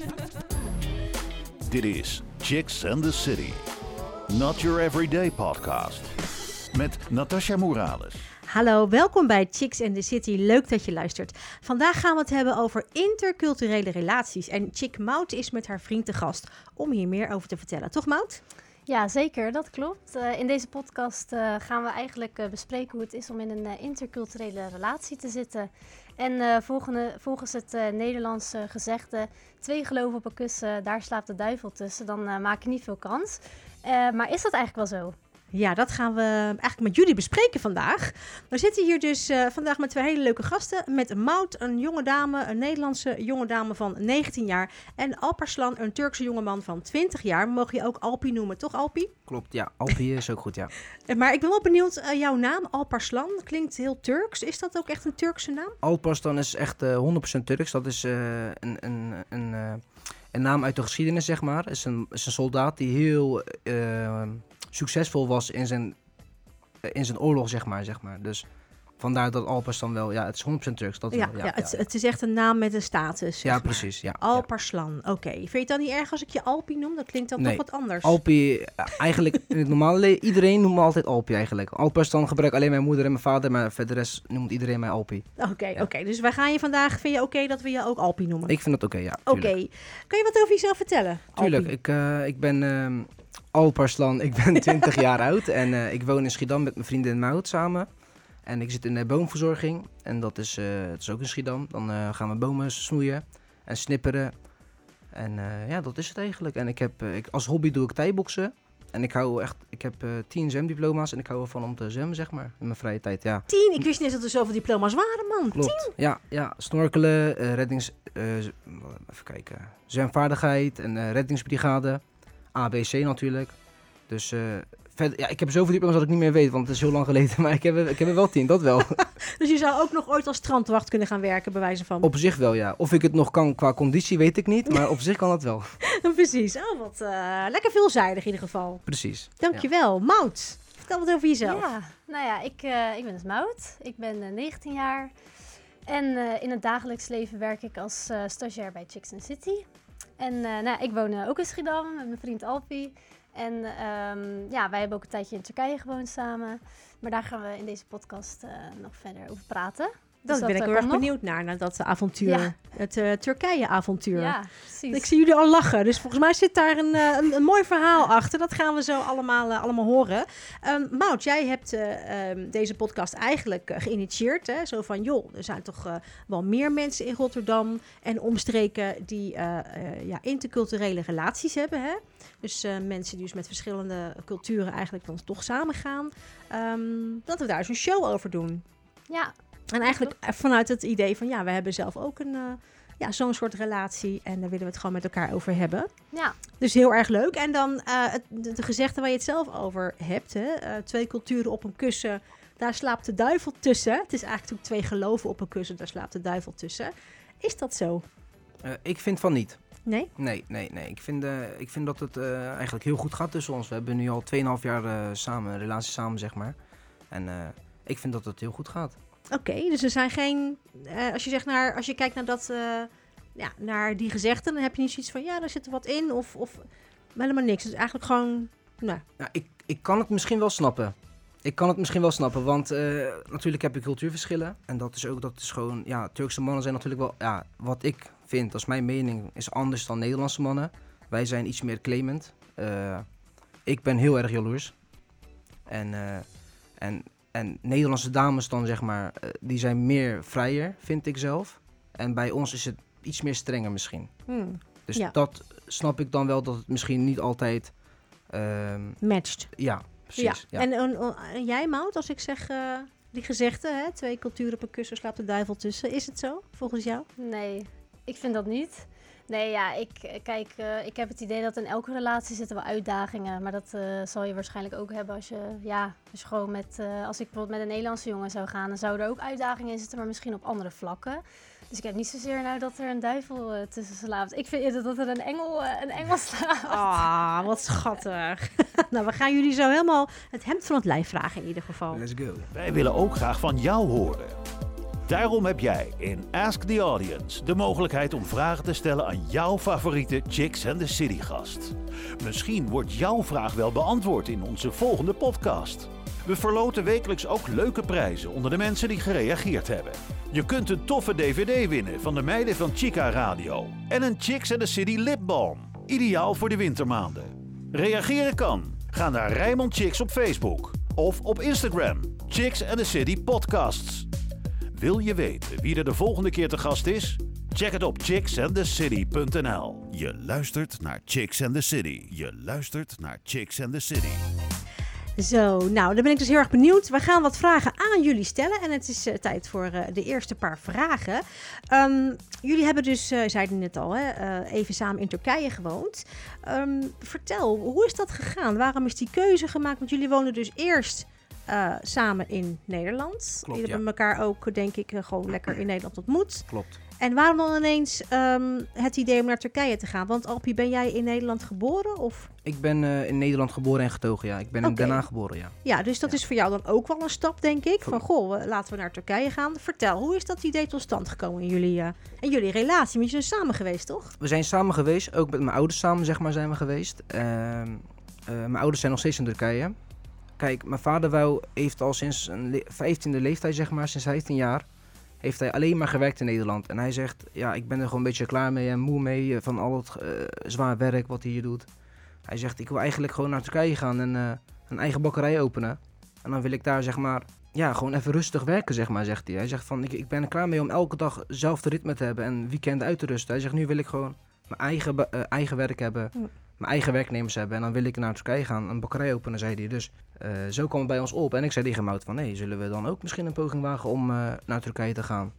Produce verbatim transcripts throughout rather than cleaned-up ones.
Dit is Chicks and the City. Not your everyday podcast. Met Natasha Morales. Hallo, welkom bij Chicks and the City. Leuk dat je luistert. Vandaag gaan we het hebben over interculturele relaties. En Chick Maud is met haar vriend te gast om hier meer over te vertellen. Toch, Maud? Ja, zeker. Dat klopt. Uh, in deze podcast uh, gaan we eigenlijk uh, bespreken hoe het is om in een uh, interculturele relatie te zitten. En uh, volgende, volgens het uh, Nederlandse gezegde, twee geloven op een kussen, daar slaapt de duivel tussen. Dan uh, maak je niet veel kans. Uh, maar is dat eigenlijk wel zo? Ja, dat gaan we eigenlijk met jullie bespreken vandaag. We zitten hier dus uh, vandaag met twee hele leuke gasten. Met Maud, een jonge dame, een Nederlandse jonge dame van negentien jaar. En Alparslan, een Turkse jongeman van twintig jaar. We mogen je ook Alpi noemen, toch Alpi? Klopt, ja. Alpi is ook goed, ja. Maar ik ben wel benieuwd, uh, jouw naam, Alparslan, klinkt heel Turks. Is dat ook echt een Turkse naam? Alparslan is echt uh, honderd procent Turks. Dat is uh, een, een, een, uh, een naam uit de geschiedenis, zeg maar. Is een, is een soldaat die heel... Uh, succesvol was in zijn, in zijn oorlog, zeg maar, zeg maar. Dus vandaar dat Alparslan wel, ja, het is honderd procent Turks. Dat ja, wel, ja, ja, het, ja, het is echt een naam met een status. Ja, maar. precies, ja. Alparslan, oké. Okay. Vind je het dan niet erg als ik je Alpi noem? Dat klinkt dan nee, toch wat anders. Alpi, eigenlijk in het normale leven, iedereen noemt me altijd Alpi eigenlijk. Alparslan gebruikt alleen mijn moeder en mijn vader, maar verder rest noemt iedereen mij Alpi. Oké, okay, ja. okay. Dus wij gaan je vandaag, vind je oké okay dat we je ook Alpi noemen? Ik vind dat oké, okay, ja. Oké. Okay. Kun je wat over jezelf vertellen? Tuurlijk, ik, uh, ik ben... Uh, Alparslan, ik ben twintig jaar oud en uh, ik woon in Schiedam met mijn vriendin Maud samen. En ik zit in de boomverzorging en dat is, uh, het is ook in Schiedam. Dan uh, gaan we bomen snoeien en snipperen. En uh, ja, dat is het eigenlijk. En ik heb, uh, ik, als hobby doe ik thai-boksen. En ik hou echt, ik heb uh, tien zwemdiploma's en ik hou ervan om te zwemmen, zeg maar, in mijn vrije tijd, ja. Tien? Ik wist niet eens dat er zoveel diploma's waren, man. Klopt. Tien? Ja, ja, snorkelen, uh, reddings, uh, even kijken, zwemvaardigheid en uh, reddingsbrigade. A B C natuurlijk. Dus uh, verder, ja, ik heb zoveel diploma's dat ik niet meer weet, want het is heel lang geleden. Maar ik heb er, ik heb er wel tien, dat wel. Dus je zou ook nog ooit als strandwacht kunnen gaan werken, bij wijze van? Op zich wel, ja. Of ik het nog kan qua conditie, weet ik niet. Maar op zich kan dat wel. Precies. Oh, wat uh, lekker veelzijdig in ieder geval. Precies. Dankjewel. Ja. Maud, vertel wat over jezelf. Ja, nou ja, ik, uh, ik ben dus Maud. Ik ben uh, negentien jaar. En uh, in het dagelijks leven werk ik als uh, stagiair bij Chicks and the City. En uh, nou, ik woon uh, ook in Schiedam met mijn vriend Alpi. En um, ja, wij hebben ook een tijdje in Turkije gewoond samen. Maar daar gaan we in deze podcast uh, nog verder over praten. Dat dus ben dat, ik heel erg benieuwd naar, naar dat avontuur. Ja. Het uh, Turkije-avontuur. Ja, precies. Ik zie jullie al lachen, dus volgens mij zit daar een, uh, een, een mooi verhaal achter. Dat gaan we zo allemaal, uh, allemaal horen. Um, Maud, jij hebt uh, um, deze podcast eigenlijk uh, geïnitieerd. Hè? Zo van, joh, er zijn toch uh, wel meer mensen in Rotterdam en omstreken die uh, uh, ja, interculturele relaties hebben. Hè? Dus uh, mensen die dus met verschillende culturen eigenlijk dan toch samen gaan. Um, dat we daar eens een show over doen. Ja. En eigenlijk vanuit het idee van, ja, we hebben zelf ook een, uh, ja, zo'n soort relatie. En daar willen we het gewoon met elkaar over hebben. Ja. Dus heel erg leuk. En dan uh, het, de, de gezegde waar je het zelf over hebt. Hè? Uh, twee culturen op een kussen, daar slaapt de duivel tussen. Het is eigenlijk ook twee geloven op een kussen, daar slaapt de duivel tussen. Is dat zo? Uh, ik vind van niet. Nee? Nee, nee, nee. Ik vind, uh, ik vind dat het uh, eigenlijk heel goed gaat tussen ons. We hebben nu al twee komma vijf jaar uh, samen, een relatie samen, zeg maar. En uh, ik vind dat het heel goed gaat. Oké, okay, dus er zijn geen... Uh, als je zegt naar, als je kijkt naar dat, uh, ja, naar die gezegden, dan heb je niet zoiets van, ja, daar zit er wat in, of, of helemaal niks. Dus eigenlijk gewoon, nou. Ja, ik, ik kan het misschien wel snappen. Ik kan het misschien wel snappen, want uh, natuurlijk heb ik cultuurverschillen. En dat is ook, dat is gewoon, ja, Turkse mannen zijn natuurlijk wel, ja, wat ik vind, dat is mijn mening, is anders dan Nederlandse mannen. Wij zijn iets meer claimant. Uh, ik ben heel erg jaloers. En, uh, en En Nederlandse dames dan, zeg maar, uh, die zijn meer vrijer, vind ik zelf. En bij ons is het iets meer strenger misschien. Hmm. Dus ja. dat snap ik dan wel, dat het misschien niet altijd... Uh, matcht. Ja, precies. Ja. Ja. En, en, en jij, Maud, als ik zeg uh, die gezegde, hè, twee culturen per kussen slaapt de duivel tussen. Is het zo, volgens jou? Nee, ik vind dat niet. Nee, ja, ik, kijk, uh, ik heb het idee dat in elke relatie zitten wel uitdagingen. Maar dat uh, zal je waarschijnlijk ook hebben als je, ja, als je gewoon met, uh, als ik bijvoorbeeld met een Nederlandse jongen zou gaan, dan zouden er ook uitdagingen in zitten, maar misschien op andere vlakken. Dus ik heb niet zozeer nou dat er een duivel uh, tussen slaapt. Ik vind eerder dat er een engel, uh, een engel slaapt. Ah, wat schattig. Nou, we gaan jullie zo helemaal het hemd van het lijf vragen in ieder geval. Let's go. Wij willen ook graag van jou horen. Daarom heb jij in Ask the Audience de mogelijkheid om vragen te stellen aan jouw favoriete Chicks and the City gast. Misschien wordt jouw vraag wel beantwoord in onze volgende podcast. We verloten wekelijks ook leuke prijzen onder de mensen die gereageerd hebben. Je kunt een toffe D V D winnen van de meiden van Chica Radio en een Chicks and the City lipbalm. Ideaal voor de wintermaanden. Reageren kan. Ga naar Rijnmond Chicks op Facebook of op Instagram. Chicks and the City Podcasts. Wil je weten wie er de volgende keer te gast is? Check het op chicks and the city punt n l. Je luistert naar Chicks and the City. Je luistert naar Chicks and the City. Zo, nou, dan ben ik dus heel erg benieuwd. We gaan wat vragen aan jullie stellen en het is uh, tijd voor uh, de eerste paar vragen. Um, jullie hebben dus, uh, zeiden net al, hè, uh, even samen in Turkije gewoond. Um, vertel, hoe is dat gegaan? Waarom is die keuze gemaakt? Want jullie wonen dus eerst uh, samen in Nederland. Klopt, jullie ja. hebben elkaar ook, denk ik, uh, gewoon lekker in Nederland ontmoet. Klopt. En waarom dan ineens um, het idee om naar Turkije te gaan? Want Alpie, ben jij in Nederland geboren? Of? Ik ben uh, in Nederland geboren en getogen, ja. Ik ben in Oké. Den Haag geboren, ja. Ja, dus dat Ja. is voor jou dan ook wel een stap, denk ik. Van, Klopt. goh, we- laten we naar Turkije gaan. Vertel, hoe is dat idee tot stand gekomen in jullie, uh, in jullie relatie? Want jullie zijn samen geweest, toch? We zijn samen geweest, ook met mijn ouders samen, zeg maar, zijn we geweest. Uh, uh, mijn ouders zijn nog steeds in Turkije. Kijk, mijn vader wou, heeft al sinds een le- vijftiende leeftijd, zeg maar, sinds vijftien jaar... heeft hij alleen maar gewerkt in Nederland. En hij zegt, ja, ik ben er gewoon een beetje klaar mee en moe mee eh, van al het uh, zwaar werk wat hij hier doet. Hij zegt, ik wil eigenlijk gewoon naar Turkije gaan en uh, een eigen bakkerij openen. En dan wil ik daar, zeg maar, ja, gewoon even rustig werken, zeg maar, zegt hij. Hij zegt van, ik, ik ben er klaar mee om elke dag zelf de ritme te hebben en weekenden uit te rusten. Hij zegt, nu wil ik gewoon mijn eigen, ba- uh, eigen werk hebben, Hm. mijn eigen werknemers hebben. En dan wil ik naar Turkije gaan, een bakkerij openen, zei hij. Dus uh, zo kwam het bij ons op. En ik zei tegen Mout van, nee, zullen we dan ook misschien een poging wagen om uh, naar Turkije te gaan?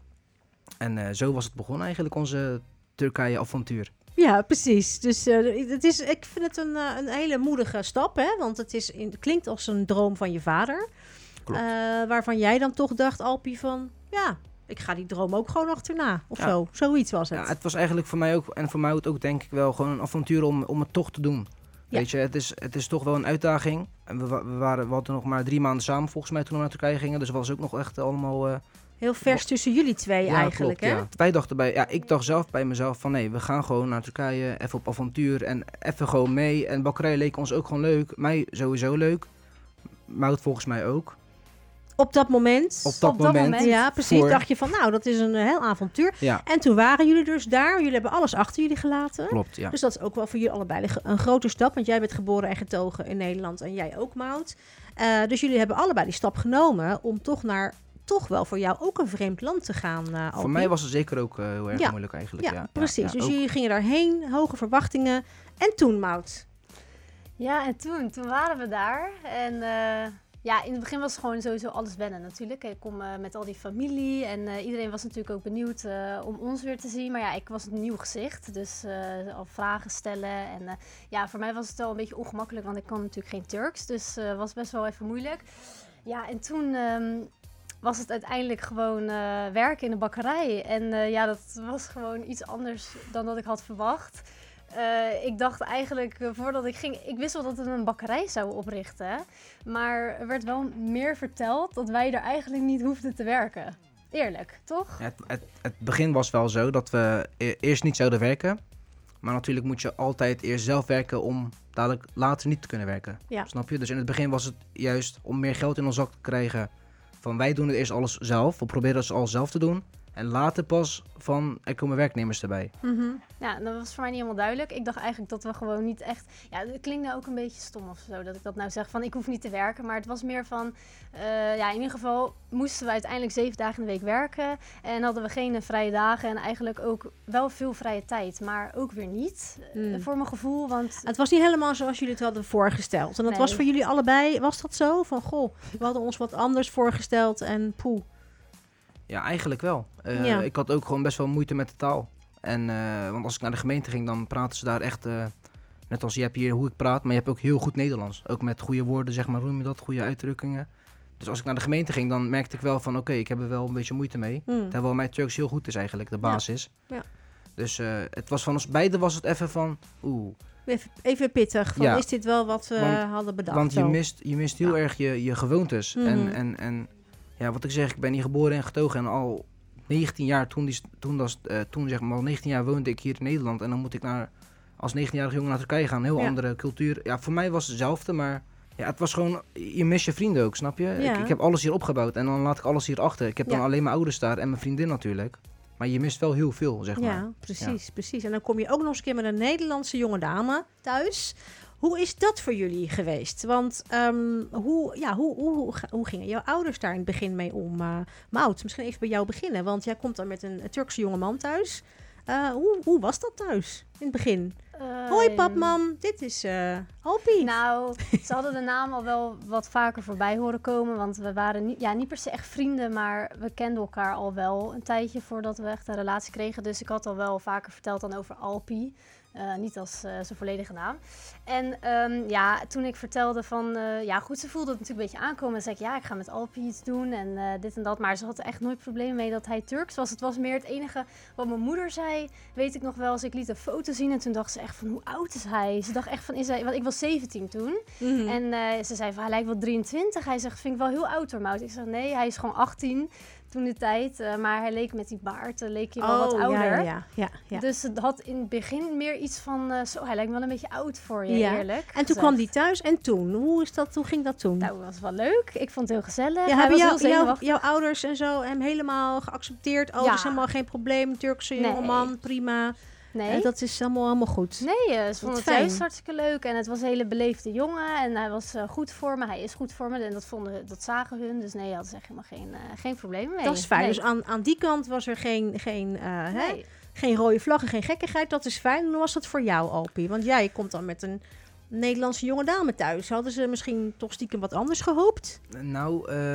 En uh, zo was het begonnen eigenlijk, onze Turkije-avontuur. Ja, precies. Dus uh, het is, ik vind het een, uh, een hele moedige stap, hè? Want het, is in, het klinkt als een droom van je vader. Klopt. Uh, waarvan jij dan toch dacht, Alpie, van ja, ik ga die droom ook gewoon achterna. Of Ja. zo. Zoiets was het. Ja, het was eigenlijk voor mij ook, en voor mij ook denk ik wel, gewoon een avontuur om, om het toch te doen. Ja. Weet je, het is, het is toch wel een uitdaging. En we, wa- we, waren, we hadden nog maar drie maanden samen volgens mij toen we naar Turkije gingen. Dus het was ook nog echt allemaal... Uh, Heel vers tussen jullie twee ja, eigenlijk, klopt, hè? ja. Wij dachten bij, ja, ik dacht zelf bij mezelf van nee, we gaan gewoon naar Turkije, even op avontuur en even gewoon mee. En bakkerij leek ons ook gewoon leuk. Mij sowieso leuk. Mout volgens mij ook. Op dat moment. Op dat, Op dat moment. moment. Ja, precies. voor- Dacht je van, nou, dat is een heel avontuur. Ja, En toen waren jullie dus daar. Jullie hebben alles achter jullie gelaten. klopt, ja. Dus dat is ook wel voor jullie allebei een grote stap. Want jij bent geboren en getogen in Nederland en jij ook, Mout. Uh, dus jullie hebben allebei die stap genomen om toch naar, toch wel voor jou ook een vreemd land te gaan, uh, Alpie. Voor mij was het zeker ook uh, heel erg Ja. moeilijk eigenlijk. Ja, Ja, precies. Ja, dus ook- jullie gingen daarheen, hoge verwachtingen. En toen, Mout. Ja, en toen, toen waren we daar. En eh, ja, in het begin was het gewoon sowieso alles wennen natuurlijk. Ik kom eh, met al die familie en eh, iedereen was natuurlijk ook benieuwd eh, om ons weer te zien. Maar ja, ik was een nieuw gezicht, dus eh, al vragen stellen. En eh, ja, voor mij was het wel een beetje ongemakkelijk, want ik kon natuurlijk geen Turks. Dus het uh, was best wel even moeilijk. Ja, en toen... Um, was het uiteindelijk gewoon uh, werken in een bakkerij. En uh, ja, dat was gewoon iets anders dan dat ik had verwacht. Uh, ik dacht eigenlijk, uh, voordat ik ging... Ik wist wel dat we een bakkerij zouden oprichten. Maar er werd wel meer verteld dat wij er eigenlijk niet hoefden te werken. Eerlijk, toch? Ja, het, het, het begin was wel zo dat we e- eerst niet zouden werken. Maar natuurlijk moet je altijd eerst zelf werken om dadelijk later niet te kunnen werken. Ja. Snap je? Dus in het begin was het juist om meer geld in ons zak te krijgen. Van wij doen het eerst alles zelf. We proberen het alles zelf te doen. En later pas van er komen werknemers erbij. Mm-hmm. Ja, dat was voor mij niet helemaal duidelijk. Ik dacht eigenlijk dat we gewoon niet echt... Ja, het klinkt nou ook een beetje stom of zo dat ik dat nou zeg. Van ik hoef niet te werken. Maar het was meer van... Uh, ja, in ieder geval moesten we uiteindelijk zeven dagen in de week werken. En hadden we geen uh, vrije dagen. En eigenlijk ook wel veel vrije tijd. Maar ook weer niet. Mm. Uh, voor mijn gevoel. Want Het was niet helemaal zoals jullie het hadden voorgesteld. En dat Nee. was voor jullie allebei, was dat zo? Van, goh, we hadden ons wat anders voorgesteld en poeh. Ja, eigenlijk wel. Uh, Ja. Ik had ook gewoon best wel moeite met de taal. En, uh, want als ik naar de gemeente ging, dan praten ze daar echt... Uh, net als je hebt hier hoe ik praat, maar je hebt ook heel goed Nederlands. Ook met goede woorden, zeg maar, hoe noem je dat? Goede uitdrukkingen. Dus als ik naar de gemeente ging, dan merkte ik wel van... Oké, okay, ik heb er wel een beetje moeite mee. Mm. Terwijl mijn Turks heel goed is eigenlijk, de basis. Ja. Ja. Dus uh, het was van ons beiden was het even van... Oeh. Even, even pittig, van, Ja. is dit wel wat we Want- hadden bedacht? Want je zo? mist, je mist heel Ja. erg je, je gewoontes. Mhm. En, en, en ja, wat ik zeg, ik ben hier geboren en getogen. En al negentien jaar, toen, die, toen, dat, uh, toen zeg maar al negentien jaar woonde ik hier in Nederland. En dan moet ik naar, als negentienjarige jongen naar Turkije gaan. Een heel Ja. andere cultuur. Ja, voor mij was het hetzelfde, maar ja, het was gewoon, je mist je vrienden ook, snap je? Ja. Ik, ik heb alles hier opgebouwd en dan laat ik alles hier achter. Ik heb dan Ja. alleen mijn ouders daar en mijn vriendin natuurlijk. Maar je mist wel heel veel, zeg maar. Ja, precies, precies. En dan kom je ook nog eens een keer met een Nederlandse jonge dame thuis. Hoe is dat voor jullie geweest? Want um, hoe, ja, hoe, hoe, hoe, hoe gingen jouw ouders daar in het begin mee om? Uh, Maud, misschien even bij jou beginnen. Want jij komt dan met een, een Turkse jongeman thuis. Uh, hoe, hoe was dat thuis in het begin? Uh, Hoi pap, mam, dit is uh, Alpie. Nou, ze hadden de naam al wel wat vaker voorbij horen komen. Want we waren niet, ja, niet per se echt vrienden, maar we kenden elkaar al wel een tijdje voordat we echt een relatie kregen. Dus ik had al wel vaker verteld dan over Alpie. Uh, niet als uh, zijn volledige naam. En um, ja, toen ik vertelde van... Uh, ja, goed, ze voelde het natuurlijk een beetje aankomen. En zei ik, ja, ik ga met Alpie iets doen en uh, dit en dat. Maar ze had er echt nooit problemen mee dat hij Turks was. Het was meer het enige wat mijn moeder zei. Weet ik nog wel, als ik liet een foto zien. En toen dacht ze echt van, hoe oud is hij? Ze dacht echt van, is hij... Want ik was zeventien toen. Mm-hmm. En uh, ze zei van, hij lijkt wel drieëntwintig. Hij zegt, vind ik wel heel oud hoor, Maud. Ik zeg, nee, hij is gewoon achttien. Toen de tijd, uh, maar hij leek met die baard, uh, leek hij wel oh, wat ouder. Ja, ja, ja, ja. Dus het had in het begin meer iets van, uh, zo, hij lijkt wel een beetje oud voor je, ja. eerlijk. En gezegd. toen kwam hij thuis en toen, hoe, is dat, hoe ging dat toen? Nou, dat was wel leuk. Ik vond het heel gezellig. Ja, hij hebben was jou, heel jou, jouw ouders en zo hem helemaal geaccepteerd? Oh, ja. dat is helemaal geen probleem, Turkse nee. jongeman, prima. Nee. Uh, dat is allemaal, allemaal goed. Nee, uh, ze vonden het fijn. juist hartstikke leuk. En het was een hele beleefde jongen. En hij was uh, goed voor me. Hij is goed voor me. En dat, vonden, dat zagen hun. Dus nee, hadden ze echt helemaal geen, uh, geen problemen mee. Dat is fijn. Nee. Dus aan, aan die kant was er geen, geen, uh, nee. hè? geen rode vlag en geen gekkigheid. Dat is fijn. Hoe was dat voor jou, Alpie? Want jij komt dan met een Nederlandse jonge dame thuis. Hadden ze misschien toch stiekem wat anders gehoopt? Nou, uh,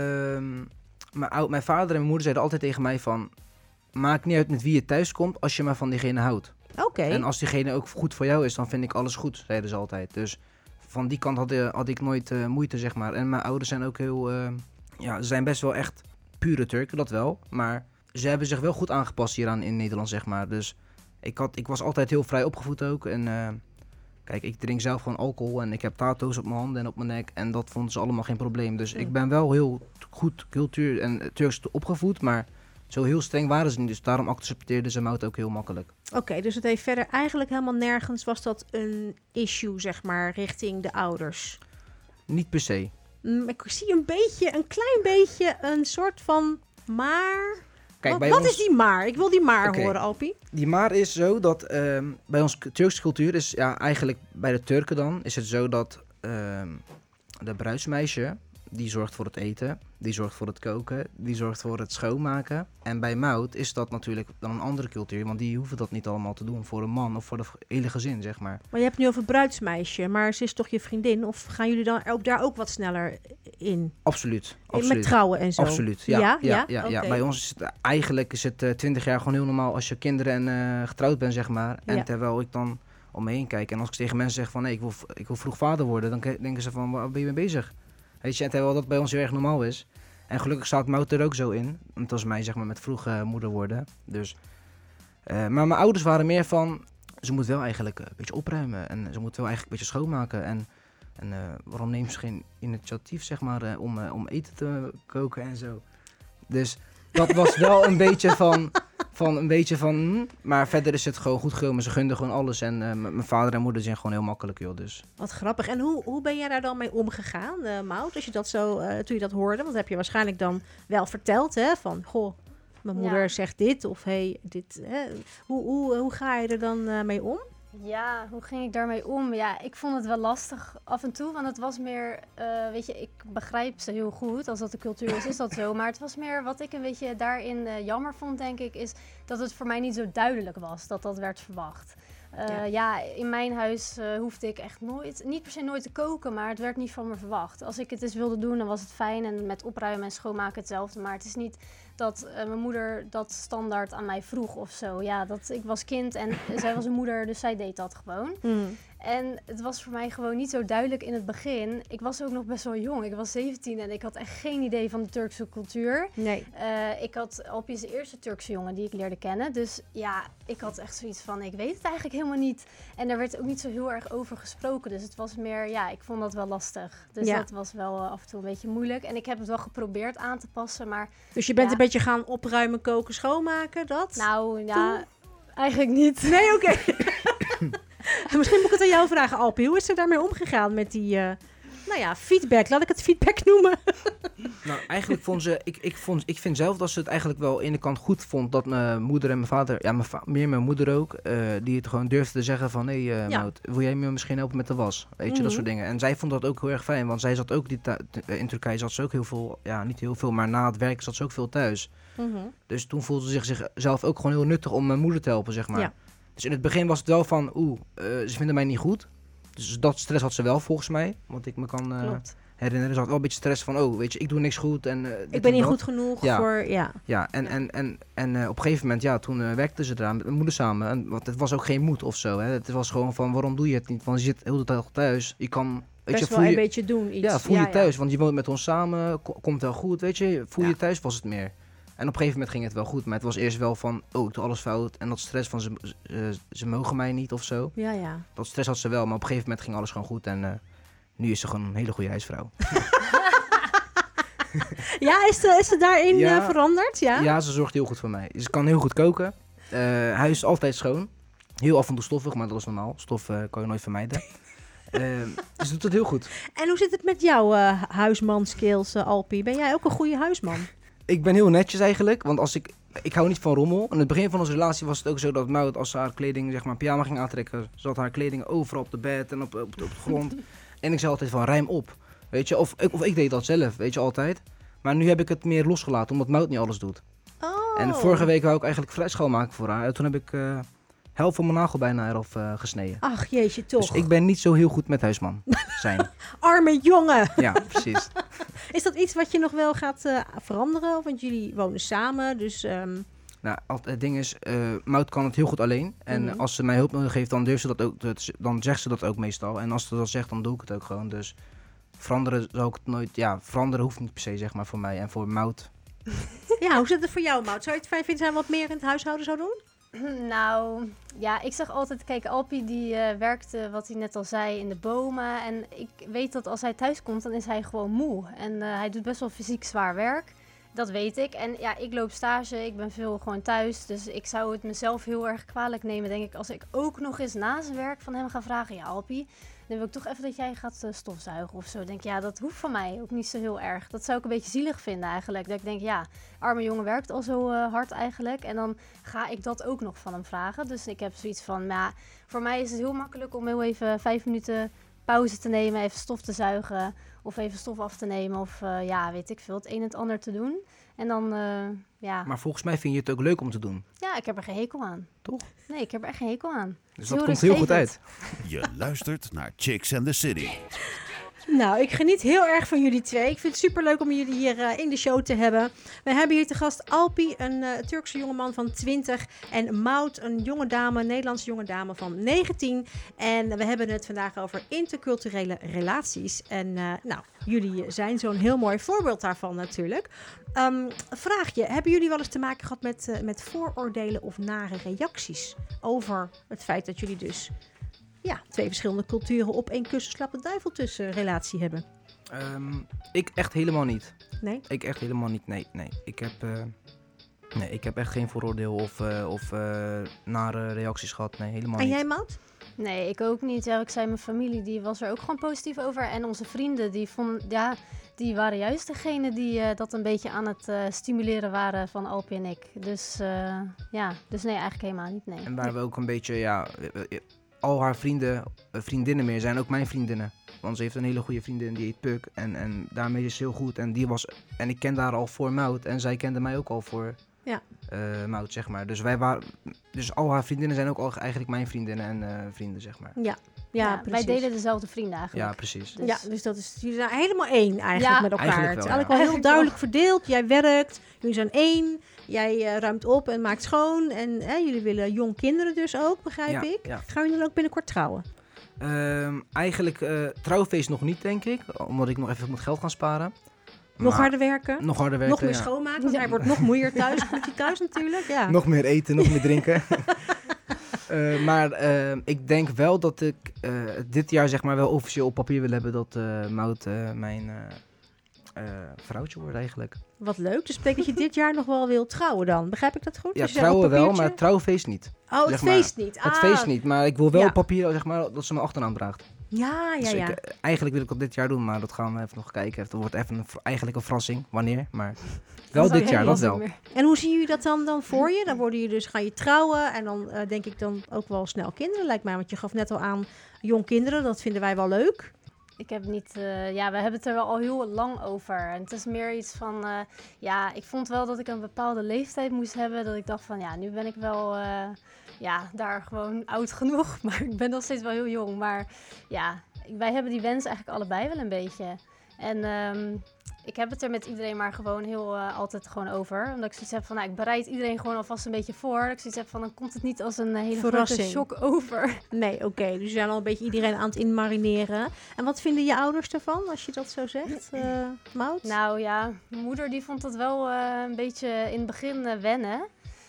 mijn, ou- mijn vader en mijn moeder zeiden altijd tegen mij van... Maakt niet uit met wie je thuis komt als je maar van diegene houdt. Oké. Okay. En als diegene ook goed voor jou is, dan vind ik alles goed, zeiden ze altijd. Dus van die kant had, uh, had ik nooit uh, moeite, zeg maar. En mijn ouders zijn ook heel... Uh, ja, ze zijn best wel echt pure Turken, dat wel. Maar ze hebben zich wel goed aangepast hieraan in Nederland, zeg maar. Dus ik, had, ik was altijd heel vrij opgevoed ook. En uh, kijk, ik drink zelf gewoon alcohol en ik heb tato's op mijn handen en op mijn nek. En dat vonden ze allemaal geen probleem. Dus mm. ik ben wel heel goed cultuur en uh, Turks opgevoed, maar... Zo heel streng waren ze niet, dus daarom accepteerden ze Maud ook heel makkelijk. Oké, okay, dus het heeft verder eigenlijk helemaal nergens... was dat een issue, zeg maar, richting de ouders? Niet per se. Mm, ik zie een beetje, een klein beetje, een soort van maar... Kijk, wat bij wat ons... is die maar? Ik wil die maar okay. horen, Alpie. Die maar is zo dat uh, bij ons Turkse cultuur is... Ja, eigenlijk bij de Turken dan is het zo dat uh, de bruidsmeisje... Die zorgt voor het eten, die zorgt voor het koken, die zorgt voor het schoonmaken. En bij Maud is dat natuurlijk dan een andere cultuur, want die hoeven dat niet allemaal te doen voor een man of voor het hele gezin, zeg maar. Maar je hebt het nu over bruidsmeisje, maar ze is toch je vriendin? Of gaan jullie dan ook daar ook wat sneller in? Absoluut. absoluut. Met trouwen en zo? Absoluut, ja. ja, ja, ja, ja, okay. ja. Bij ons is het eigenlijk is het uh, twintig jaar gewoon heel normaal als je kinderen en uh, getrouwd bent, zeg maar. En ja. terwijl ik dan om me heen kijk en als ik tegen mensen zeg van nee, ik wil, ik wil vroeg vader worden, dan denken ze van waar ben je mee bezig? Weet je, en terwijl dat bij ons heel erg normaal is. En gelukkig staat Maud er ook zo in. Want dat was mij zeg maar met vroeg uh, moeder worden. Dus, uh, maar mijn ouders waren meer van... Ze moet wel eigenlijk uh, een beetje opruimen. En ze moet wel eigenlijk een beetje schoonmaken. En, en uh, waarom neemt ze geen initiatief zeg maar uh, om, uh, om eten te koken en zo. Dus dat was wel een beetje van... Van een beetje van, hm, maar verder is het gewoon goed gekomen. Ze gunden gewoon alles en uh, m- mijn vader en moeder zijn gewoon heel makkelijk, joh. Dus. Wat grappig. En hoe, hoe ben jij daar dan mee omgegaan, uh, Maud? Als je dat zo, uh, toen je dat hoorde, want dat heb je waarschijnlijk dan wel verteld, hè? Van, goh, mijn moeder ja. zegt dit of hey, dit. Hè? Hoe, hoe, hoe ga je er dan uh, mee om? Ja, hoe ging ik daarmee om? Ja, ik vond het wel lastig af en toe, want het was meer, uh, weet je, ik begrijp ze heel goed. Als dat de cultuur is, is dat zo. Maar het was meer, wat ik een beetje daarin uh, jammer vond, denk ik, is dat het voor mij niet zo duidelijk was dat dat werd verwacht. Uh, ja. ja, in mijn huis uh, hoefde ik echt nooit, niet per se nooit te koken, maar het werd niet van me verwacht. Als ik het eens wilde doen, dan was het fijn en met opruimen en schoonmaken hetzelfde. Maar het is niet dat uh, mijn moeder dat standaard aan mij vroeg of zo. Ja, dat, ik was kind en zij was een moeder, dus zij deed dat gewoon. Mm. En het was voor mij gewoon niet zo duidelijk in het begin. Ik was ook nog best wel jong. Ik was zeventien en ik had echt geen idee van de Turkse cultuur. Nee. Uh, ik had Alpi is de eerste Turkse jongen die ik leerde kennen. Dus ja, ik had echt zoiets van, ik weet het eigenlijk helemaal niet. En daar werd ook niet zo heel erg over gesproken. Dus het was meer, ja, ik vond dat wel lastig. Dus ja. dat was wel uh, af en toe een beetje moeilijk. En ik heb het wel geprobeerd aan te passen, maar... Dus je bent ja. een beetje gaan opruimen, koken, schoonmaken, dat? Nou, ja, Toen? eigenlijk niet. Nee, oké. Okay. Misschien moet ik het aan jou vragen, Alpi. Hoe is er daarmee omgegaan met die, uh, nou ja, feedback? Laat ik het feedback noemen. Nou, eigenlijk vond ze, ik, ik, vond, ik vind zelf dat ze het eigenlijk wel aan de ene kant goed vond dat mijn moeder en mijn vader, ja, mijn va- meer mijn moeder ook, uh, die het gewoon durfde te zeggen van, hé, hey, uh, ja. Maud, wil jij me misschien helpen met de was? Weet je, mm-hmm. dat soort dingen. En zij vond dat ook heel erg fijn, want zij zat ook, die ta- in Turkije zat ze ook heel veel, ja, niet heel veel, maar na het werk zat ze ook veel thuis. Mm-hmm. Dus toen voelde ze zich zichzelf ook gewoon heel nuttig om mijn moeder te helpen, zeg maar. Ja. Dus in het begin was het wel van, oeh, uh, ze vinden mij niet goed. Dus dat stress had ze wel volgens mij. Want ik me kan uh, herinneren, ze had wel een beetje stress van, oh, weet je, ik doe niks goed. En, uh, ik ben niet goed genoeg ja. voor, ja. Ja, en, en, en, en uh, op een gegeven moment, ja, toen uh, werkten ze eraan met mijn moeder samen. En, want het was ook geen moed of zo, hè. Het was gewoon van, waarom doe je het niet? Want je zit heel de tijd thuis. Je kan, weet best je, wel je, een beetje doen iets. Ja, voel ja, je thuis, ja. want je woont met ons samen, ko- komt wel goed, weet je. Voel ja. je thuis was het meer. En op een gegeven moment ging het wel goed, maar het was eerst wel van, oh, ik doe alles fout. En dat stress van, ze, uh, ze mogen mij niet of zo. Ja, ja. Dat stress had ze wel, maar op een gegeven moment ging alles gewoon goed. En uh, nu is ze gewoon een hele goede huisvrouw. Ja, is ze, is ze daarin ja, uh, veranderd? Ja? ja, ze zorgt heel goed voor mij. Ze kan heel goed koken. Uh, huis is altijd schoon. Heel af en toe stoffig, maar dat is normaal. Stof uh, kan je nooit vermijden. uh, dus ze doet het heel goed. En hoe zit het met jouw uh, huisman-skills, uh, Alpi? Ben jij ook een goede huisman? Ik ben heel netjes eigenlijk, want als ik, ik hou niet van rommel. In het begin van onze relatie was het ook zo dat Maud, als ze haar kleding, zeg maar, pyjama ging aantrekken, zat haar kleding overal op de bed en op, op, op de grond. En ik zei altijd van, ruim op, weet je. Of, of ik deed dat zelf, weet je, altijd. Maar nu heb ik het meer losgelaten, omdat Maud niet alles doet. Oh. En vorige week wou ik eigenlijk vrij schoonmaken voor haar. En toen heb ik uh, helft van mijn nagel bijna eraf uh, gesneden. Ach, jeetje, toch. Dus ik ben niet zo heel goed met huisman zijn. Arme jongen. Ja, precies. Is dat iets wat je nog wel gaat uh, veranderen? Want jullie wonen samen, dus... Um... Nou, het ding is, uh, Maud kan het heel goed alleen. En mm-hmm. als ze mij hulp nodig heeft, dan durft ze dat ook, dan zegt ze dat ook meestal. En als ze dat zegt, dan doe ik het ook gewoon. Dus veranderen zou ik het nooit, ja, veranderen hoeft niet per se, zeg maar, voor mij. En voor Maud. Ja, hoe zit het voor jou, Maud? Zou je het fijn vinden als hij wat meer in het huishouden zou doen? Nou, ja, ik zeg altijd, kijk, Alpi die uh, werkte, wat hij net al zei, in de bomen. En ik weet dat als hij thuis komt, dan is hij gewoon moe. En uh, hij doet best wel fysiek zwaar werk. Dat weet ik. En ja, ik loop stage, ik ben veel gewoon thuis. Dus ik zou het mezelf heel erg kwalijk nemen, denk ik, als ik ook nog eens na zijn werk van hem ga vragen, ja, Alpi, dan wil ik toch even dat jij gaat uh, stofzuigen of zo. Denk ja, dat hoeft van mij ook niet zo heel erg. Dat zou ik een beetje zielig vinden eigenlijk. Dat ik denk, ja, arme jongen werkt al zo uh, hard eigenlijk. En dan ga ik dat ook nog van hem vragen. Dus ik heb zoiets van, nou, voor mij is het heel makkelijk om heel even vijf minuten pauze te nemen, even stof te zuigen of even stof af te nemen of uh, ja, weet ik veel, het een en het ander te doen. En dan, uh, ja... Maar volgens mij vind je het ook leuk om te doen. Ja, ik heb er geen hekel aan. Toch? Nee, ik heb er echt geen hekel aan. Dus dat komt heel goed uit. Je luistert naar Chicks and the City. Nou, ik geniet heel erg van jullie twee. Ik vind het superleuk om jullie hier uh, in de show te hebben. We hebben hier te gast Alpi, een uh, Turkse jongeman van twintig. En Maud, een jonge dame, een Nederlandse jonge dame van negentien. En we hebben het vandaag over interculturele relaties. En uh, nou, jullie zijn zo'n heel mooi voorbeeld daarvan natuurlijk. Um, vraagje, hebben jullie wel eens te maken gehad met, uh, met vooroordelen of nare reacties over het feit dat jullie dus... ja, twee verschillende culturen op één kussen slappe duivel tussen relatie hebben? Um, ik echt helemaal niet. Nee? Ik echt helemaal niet, nee. nee. Ik, heb, uh, nee ik heb echt geen vooroordeel of, uh, of uh, nare reacties gehad. Nee, helemaal en niet. En jij, Maud? Nee, ik ook niet. Ja, ik zei, mijn familie die was er ook gewoon positief over. En onze vrienden, die vonden, ja, die waren juist degene die uh, dat een beetje aan het uh, stimuleren waren van Alpi en ik. Dus uh, ja, dus nee, eigenlijk helemaal niet, nee. En waar we ook een beetje, ja... al haar vrienden, vriendinnen meer zijn ook mijn vriendinnen. Want ze heeft een hele goede vriendin, die heet Puk. En, en daarmee is ze heel goed. En, die was, en ik kende haar al voor Maud. En zij kende mij ook al voor ja. uh, Maud, zeg maar. Dus, wij waren, dus al haar vriendinnen zijn ook al eigenlijk mijn vriendinnen en uh, vrienden, zeg maar. Ja, ja, ja wij delen dezelfde vrienden eigenlijk. Ja, precies. Dus. Ja, dus dat is, jullie zijn helemaal één eigenlijk ja, met elkaar. Eigenlijk Het is wel, eigenlijk ja. wel heel duidelijk verdeeld. Jij werkt, jullie zijn één. Jij uh, ruimt op en maakt schoon. En uh, jullie willen jong kinderen dus ook, begrijp ja, ik. Ja. Gaan jullie dan ook binnenkort trouwen? Um, eigenlijk uh, trouwfeest nog niet, denk ik. Omdat ik nog even moet geld gaan sparen. Nog Maar harder werken. Nog harder werken, Nog meer ja. schoonmaken, want hij wordt nog moeier thuis. Komt hij thuis natuurlijk, ja. Nog meer eten, nog meer drinken. uh, maar uh, ik denk wel dat ik uh, dit jaar zeg maar wel officieel op papier wil hebben dat uh, Maud uh, mijn uh, uh, vrouwtje wordt eigenlijk. Wat leuk. Dus betekent dat je dit jaar nog wel wil trouwen dan? Begrijp ik dat goed? Ja, Dus je zegt trouwen op wel, papiertje? maar trouwfeest niet. Oh, het zeg maar, feest niet. Ah. Het feest niet, maar ik wil wel Ja. op papier zeg maar, dat ze mijn achternaam draagt. Ja, ja, Dus ja. ik, uh, eigenlijk wil ik dat dit jaar doen, maar dat gaan we even nog kijken. Het wordt even een, eigenlijk een verrassing, wanneer, maar wel Dat is dit jaar, helemaal dat wel. niet meer. En hoe zien jullie dat dan, dan voor je? Dan worden je dus, ga je trouwen en dan uh, denk ik dan ook wel snel kinderen, lijkt mij. Want je gaf net al aan, jong kinderen, dat vinden wij wel leuk. Ik heb niet, uh, ja, we hebben het er wel al heel lang over. En het is meer iets van, uh, ja, ik vond wel dat ik een bepaalde leeftijd moest hebben. Dat ik dacht van, ja, nu ben ik wel, uh, ja, daar gewoon oud genoeg. Maar ik ben nog steeds wel heel jong. Maar ja, wij hebben die wens eigenlijk allebei wel een beetje. En um, ik heb het er met iedereen maar gewoon heel uh, altijd gewoon over. Omdat ik zoiets heb van, nou, ik bereid iedereen gewoon alvast een beetje voor. Dat ik zoiets heb van, dan komt het niet als een hele Verrassing. grote shock over. Nee, oké. Okay. Dus je zijn al een beetje iedereen aan het inmarineren. En wat vinden je ouders ervan, als je dat zo zegt, uh, Maud? Nou ja, mijn moeder die vond dat wel uh, een beetje in het begin uh, wennen.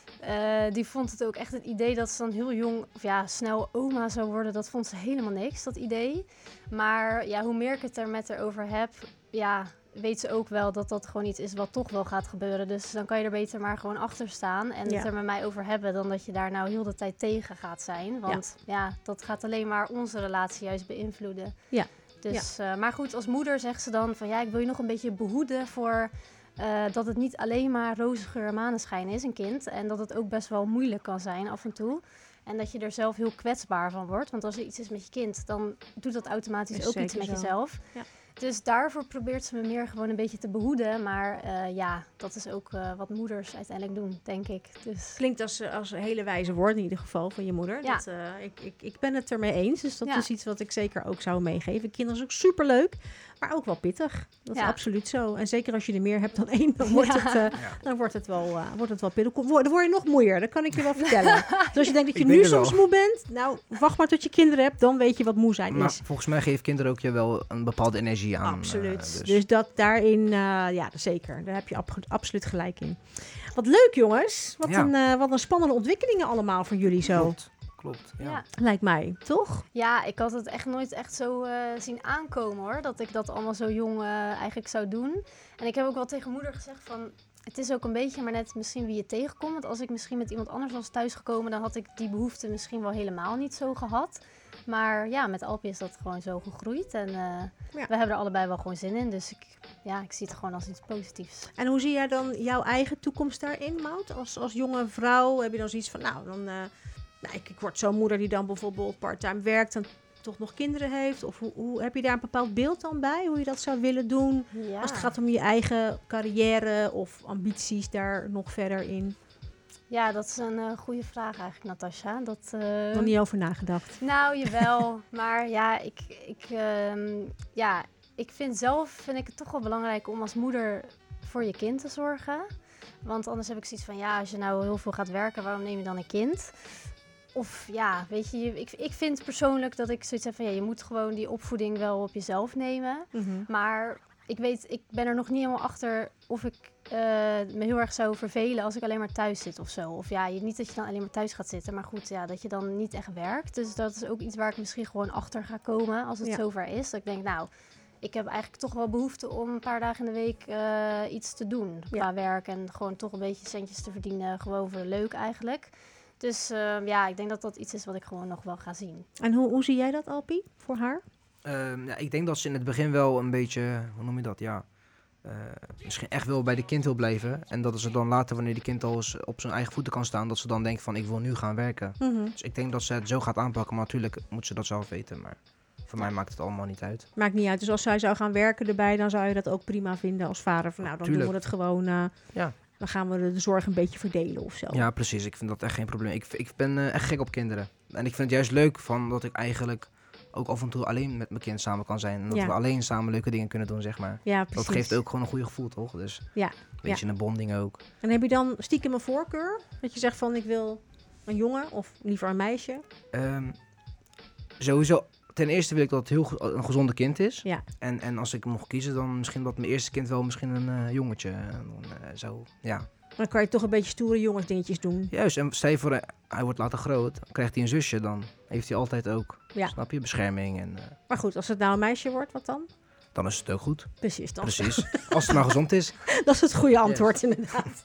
Uh, die vond het ook echt het idee dat ze dan heel jong, of ja, snel oma zou worden. Dat vond ze helemaal niks, dat idee. Maar ja, hoe meer ik het er met haar over heb, ja, weet ze ook wel dat dat gewoon iets is wat toch wel gaat gebeuren. Dus dan kan je er beter maar gewoon achter staan en Ja. het er met mij over hebben dan dat je daar nou heel de tijd tegen gaat zijn. Want ja, ja dat gaat alleen maar onze relatie juist beïnvloeden. Ja. Dus, ja. Uh, maar goed, als moeder zegt ze dan van ja, ik wil je nog een beetje behoeden voor uh, dat het niet alleen maar roze geur en maneschijn is, een kind. En dat het ook best wel moeilijk kan zijn af en toe. En dat je er zelf heel kwetsbaar van wordt. Want als er iets is met je kind, dan doet dat automatisch Is ook iets met zo. jezelf. Ja. Dus daarvoor probeert ze me meer gewoon een beetje te behoeden. Maar uh, ja, dat is ook uh, wat moeders uiteindelijk doen, denk ik. Dus Klinkt als, als een hele wijze woord in ieder geval van je moeder. Ja. Dat, uh, ik, ik, ik ben het ermee eens. Dus dat Ja. is iets wat ik zeker ook zou meegeven. Kinderen is ook superleuk, maar ook wel pittig. Dat Ja. is absoluut zo. En zeker als je er meer hebt dan één, dan wordt, Ja. het, uh, Ja. dan wordt, het, wel, uh, wordt het wel pittig. Dan word, dan word je nog moeier, dat kan ik je wel vertellen. Dus als je denkt dat je Ik nu denk het soms wel. moe bent, nou, wacht maar tot je kinderen hebt. Dan weet je wat moe zijn Maar is. volgens mij geeft kinderen ook je wel een bepaalde energie aan. Absoluut. Uh, dus. dus. dat daarin, uh, ja, zeker. Daar heb je ab- absoluut gelijk in. Wat leuk, jongens. Wat, Ja. een, uh, wat een spannende ontwikkelingen allemaal voor jullie zo. Klopt, klopt. Ja. ja. Lijkt mij, toch? Ja, ik had het echt nooit echt zo uh, zien aankomen hoor. Dat ik dat allemaal zo jong uh, eigenlijk zou doen. En ik heb ook wel tegen moeder gezegd van, het is ook een beetje maar net misschien wie je tegenkomt. Want als ik misschien met iemand anders was thuisgekomen, dan had ik die behoefte misschien wel helemaal niet zo gehad. Maar ja, met Alpie is dat gewoon zo gegroeid. En uh, Ja. we hebben er allebei wel gewoon zin in. Dus ik, ja, ik zie het gewoon als iets positiefs. En hoe zie jij dan jouw eigen toekomst daarin, Maud? Als, als jonge vrouw heb je dan zoiets van, nou, dan, uh, nou ik, ik word zo'n moeder die dan bijvoorbeeld parttime werkt en toch nog kinderen heeft. Of hoe, hoe heb je daar een bepaald beeld dan bij? Hoe je dat zou willen doen? Ja. Als het gaat om je eigen carrière of ambities daar nog verder in. Ja, dat is een uh, goede vraag eigenlijk, Natasja. Dat, uh... Nog niet over nagedacht. Nou, jawel. Maar ja, ik, ik, um, ja, ik vind zelf vind ik het toch wel belangrijk om als moeder voor je kind te zorgen. Want anders heb ik zoiets van, ja, als je nou heel veel gaat werken, waarom neem je dan een kind? Of ja, weet je, ik, ik vind persoonlijk dat ik zoiets heb van, ja, je moet gewoon die opvoeding wel op jezelf nemen. Mm-hmm. Maar ik weet, ik ben er nog niet helemaal achter of ik uh, me heel erg zou vervelen als ik alleen maar thuis zit of zo. Of ja, je, niet dat je dan alleen maar thuis gaat zitten, maar goed, ja, dat je dan niet echt werkt. Dus dat is ook iets waar ik misschien gewoon achter ga komen als het Ja. zover is. Dat ik denk, nou, ik heb eigenlijk toch wel behoefte om een paar dagen in de week uh, iets te doen qua Ja. werk. En gewoon toch een beetje centjes te verdienen, gewoon voor de leuk eigenlijk. Dus uh, ja, ik denk dat dat iets is wat ik gewoon nog wel ga zien. En hoe, hoe zie jij dat, Alpie, voor haar? Um, ja, ik denk dat ze in het begin wel een beetje, hoe noem je dat, ja, uh, misschien echt wel bij de kind wil blijven. En dat ze dan later, wanneer die kind al eens op zijn eigen voeten kan staan, dat ze dan denkt van, ik wil nu gaan werken. Mm-hmm. Dus ik denk dat ze het zo gaat aanpakken, maar natuurlijk moet ze dat zelf weten. Maar voor mij maakt het allemaal niet uit. Maakt niet uit. Dus als zij zou gaan werken erbij, dan zou je dat ook prima vinden als vader. Van, nou, dan Tuurlijk. doen we het gewoon. Uh, Ja. Dan gaan we de, de zorg een beetje verdelen of zo. Ja, precies. Ik vind dat echt geen probleem. Ik, ik ben uh, echt gek op kinderen. En ik vind het juist leuk van dat ik eigenlijk ook af en toe alleen met mijn kind samen kan zijn. En dat Ja. we alleen samen leuke dingen kunnen doen, zeg maar. Ja, precies. Dat geeft ook gewoon een goede gevoel, toch? Dus Ja, een beetje een bonding ook. En heb je dan stiekem een voorkeur? Dat je zegt van, ik wil een jongen of liever een meisje? Um, sowieso ten eerste wil ik dat het heel go- een gezonde kind is. Ja. En, en als ik mocht kiezen, dan misschien dat mijn eerste kind wel misschien een uh, jongetje uh, zou, ja. Dan kan je toch een beetje stoere jongensdingetjes doen. Juist, en stel je voor, uh, hij wordt later groot, dan krijgt hij een zusje, dan heeft hij altijd ook, Ja. snap je, bescherming. En, uh, Maar goed, als het nou een meisje wordt, wat dan? dan is het ook goed. Precies, dan. Precies, als het maar gezond is. Dat is het goede antwoord, yes. Inderdaad.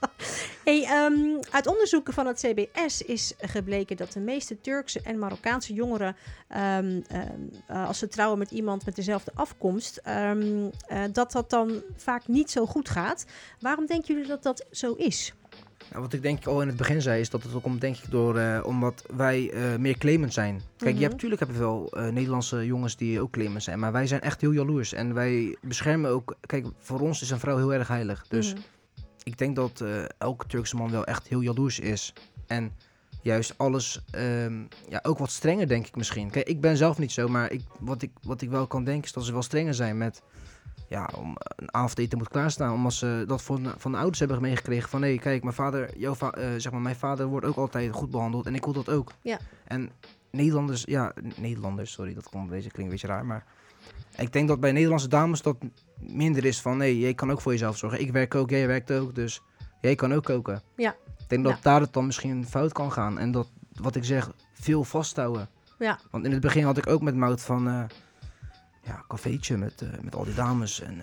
Hey, um, uit onderzoeken van het C B S is gebleken dat de meeste Turkse en Marokkaanse jongeren, um, um, uh, als ze trouwen met iemand met dezelfde afkomst, um, uh, dat dat dan vaak niet zo goed gaat. Waarom denken jullie dat dat zo is? Nou, wat ik denk al in het begin zei, is dat het ook komt, denk ik, door uh, omdat wij uh, meer claimant zijn. Kijk, Mm-hmm. je hebt, natuurlijk heb je wel uh, Nederlandse jongens die ook claimant zijn, maar wij zijn echt heel jaloers. En wij beschermen ook, kijk, voor ons is een vrouw heel erg heilig. Dus Mm-hmm. ik denk dat uh, elke Turkse man wel echt heel jaloers is. En juist alles, um, ja, ook wat strenger denk ik misschien. Kijk, ik ben zelf niet zo, maar ik, wat, ik, wat ik wel kan denken is dat ze wel strenger zijn met, ja, om een avondeten moet klaarstaan. Omdat ze dat van, van de ouders hebben meegekregen van, hé, hey, kijk, mijn vader, jouw va- uh, zeg maar, mijn vader wordt ook altijd goed behandeld en ik wil dat ook. Ja. En Nederlanders, ja, Nederlanders, sorry, dat komt een beetje, klinkt een beetje raar, maar ik denk dat bij Nederlandse dames dat minder is van, nee, jij kan ook voor jezelf zorgen. Ik werk ook, jij werkt ook, dus jij kan ook koken. Ja. Ik denk dat Ja. daar het dan misschien fout kan gaan. En dat, wat ik zeg, veel vasthouden. Ja. Want in het begin had ik ook met Mout van, uh, ja, cafeetje met, uh, met al die dames. En uh,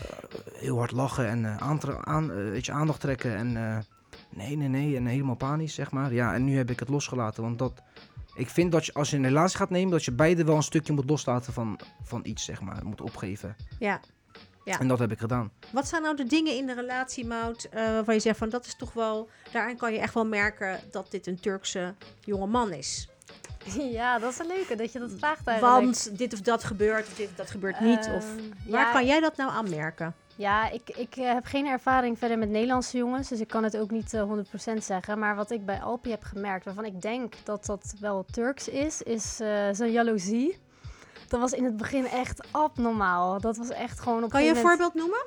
heel hard lachen en uh, aantra- aan, uh, weet je, aandacht trekken. En uh, nee, nee, nee, en helemaal panisch, zeg maar. Ja, en nu heb ik het losgelaten, want dat... Ik vind dat je, als je een relatie gaat nemen, dat je beide wel een stukje moet loslaten van, van iets, zeg maar. Moet opgeven. Ja. Ja. En dat heb ik gedaan. Wat zijn nou de dingen in de relatie, Mout, uh, waarvan je zegt van dat is toch wel, daaraan kan je echt wel merken dat dit een Turkse jonge man is? Ja, dat is een leuke dat je dat vraagt eigenlijk. Want dit of dat gebeurt, of dit of dat gebeurt niet. Uh, Of waar ja, kan jij dat nou aan merken? Ja, ik, ik uh, heb geen ervaring verder met Nederlandse jongens, dus ik kan het ook niet uh, honderd procent zeggen. Maar wat ik bij Alpi heb gemerkt, waarvan ik denk dat dat wel Turks is, is uh, zijn jaloezie. Dat was in het begin echt abnormaal. Dat was echt gewoon op Kan je een moment... voorbeeld noemen?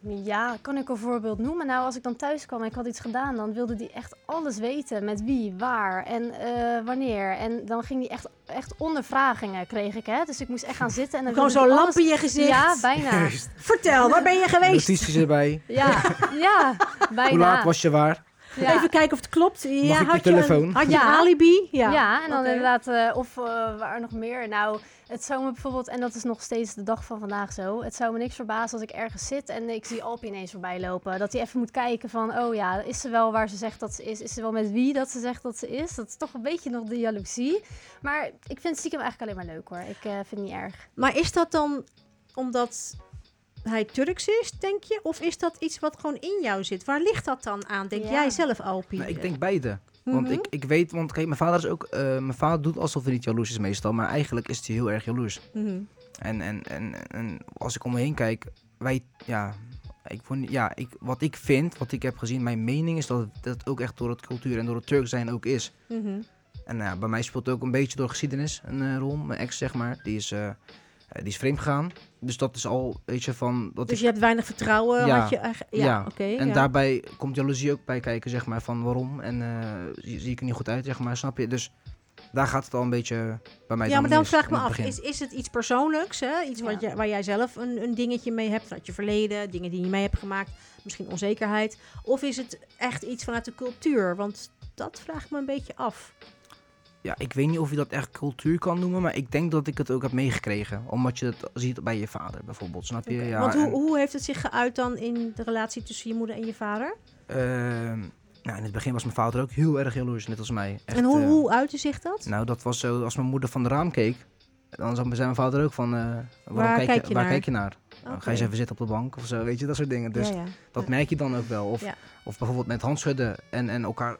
Ja, kan ik een voorbeeld noemen? Nou, als ik dan thuis kwam en ik had iets gedaan, dan wilde hij echt alles weten. Met wie, waar en uh, wanneer. En dan ging hij echt, echt ondervragingen, kreeg ik, hè. Dus ik moest echt gaan zitten. En dan Gewoon zo'n lamp in je gezicht. Ja, bijna. Vertel, waar ben je geweest? Notities erbij. Ja, ja, bijna. Hoe laat was je waar? Ja. Even kijken of het klopt. Ja, Mag ik je had telefoon? Je een, had je Ja. een alibi? Ja, Ja, en dan Oké. inderdaad, uh, of uh, waar nog meer. Nou, het zou me bijvoorbeeld, en dat is nog steeds de dag van vandaag zo, het zou me niks verbazen als ik ergens zit en ik zie Alpi ineens voorbij lopen. Dat hij even moet kijken van, oh ja, is ze wel waar ze zegt dat ze is? Is ze wel met wie dat ze zegt dat ze is? Dat is toch een beetje nog de jaloezie. Maar ik vind het stiekem eigenlijk alleen maar leuk hoor. Ik uh, vind het niet erg. Maar is dat dan omdat hij Turks is, denk je? Of is dat iets wat gewoon in jou zit? Waar ligt dat dan aan, denk Ja. jij zelf, Alpi? Nou, ik denk beide. Want Mhm. ik, ik weet, want kijk, mijn vader is ook, uh, mijn vader doet alsof hij niet jaloers is meestal, maar eigenlijk is hij heel erg jaloers. Mhm. En, en, en, en als ik om me heen kijk, wij, ja, ik vond, ja ik, wat ik vind, wat ik heb gezien, mijn mening is dat het, dat het ook echt door het cultuur en door het Turk zijn ook is. Mhm. En nou ja, bij mij speelt ook een beetje door geschiedenis een uh, rol. Mijn ex, zeg maar, die is, uh, die is vreemd gegaan. Dus dat is al, weet je, van... Dat Dus ik, je hebt weinig vertrouwen? Ja. Had je, eigen- ja, Ja. oké. en ja. daarbij komt jaloezie ook bij kijken, zeg maar, van waarom. En uh, zie, zie ik er niet goed uit, zeg maar, snap je? Dus daar gaat het al een beetje bij mij Ja, dan maar dan mis vraag ik in me het af, begin. is, is het iets persoonlijks? Hè? Iets wat Ja. je, waar jij zelf een, een dingetje mee hebt, vanuit je verleden, dingen die je mee hebt gemaakt, misschien onzekerheid? Of is het echt iets vanuit de cultuur? Want dat vraag ik me een beetje af. Ja, ik weet niet of je dat echt cultuur kan noemen, maar ik denk dat ik het ook heb meegekregen. Omdat je het ziet bij je vader bijvoorbeeld, snap je? Oké, Ja, Want hoe, en, hoe heeft het zich geuit dan in de relatie tussen je moeder en je vader? ehm, nou, in het begin was mijn vader ook heel erg jaloers, net als mij. Echt, en hoe, eh, hoe uitte zich dat? Nou, dat was zo, als mijn moeder van de raam keek, dan zei mijn vader ook van, uh, waarom Waar kijk, kijk je, je waar naar? kijk je naar? Oké. Nou, ga je eens even zitten op de bank of zo, weet je, dat soort dingen. Dus ja, ja. dat Ja. merk je dan ook wel. Of, Ja. of bijvoorbeeld met handschudden en, en elkaar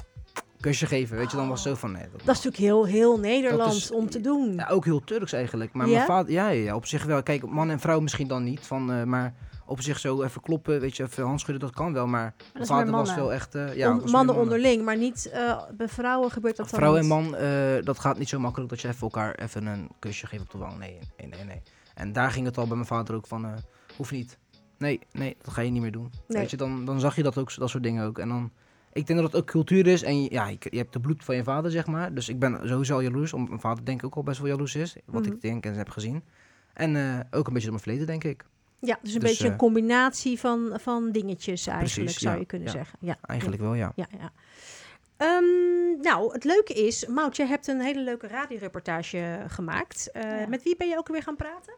kusje geven, weet je, dan was het zo van, nee. Dat is natuurlijk heel, heel Nederlands is- om te doen. Ja, ook heel Turks eigenlijk. Maar Ja? mijn vader, ja, ja, ja, op zich wel. Kijk, man en vrouw misschien dan niet, van, uh, maar op zich zo even kloppen, weet je, even handschudden, dat kan wel. Maar dat mijn is vader meer was mannen. wel echt, uh, ja, Om- was meer mannen onderling, maar niet uh, bij vrouwen gebeurt dat dan Vrouw en niet. man, uh, dat gaat niet zo makkelijk dat je even elkaar even een kusje geeft op de wang. Nee, nee, nee, nee. En daar ging het al bij mijn vader ook van, uh, hoeft niet. Nee, nee, dat ga je niet meer doen. Nee. Weet je, dan, dan zag je dat ook, dat soort dingen ook. En dan Ik denk dat het ook cultuur is en ja, je, je hebt de bloed van je vader, zeg maar. Dus ik ben sowieso al jaloers, omdat mijn vader denk ik ook al best wel jaloers is. Wat Mhm. ik denk en heb gezien. En uh, ook een beetje door mijn verleden, denk ik. Ja, dus een Dus, beetje uh, een combinatie van, van dingetjes eigenlijk, precies, zou ja, je kunnen ja. zeggen. Ja, Eigenlijk wel, ja. ja, ja. Um, nou, het leuke is, Maud, jij hebt een hele leuke radioreportage gemaakt. Uh, Ja. Met wie ben je ook weer gaan praten?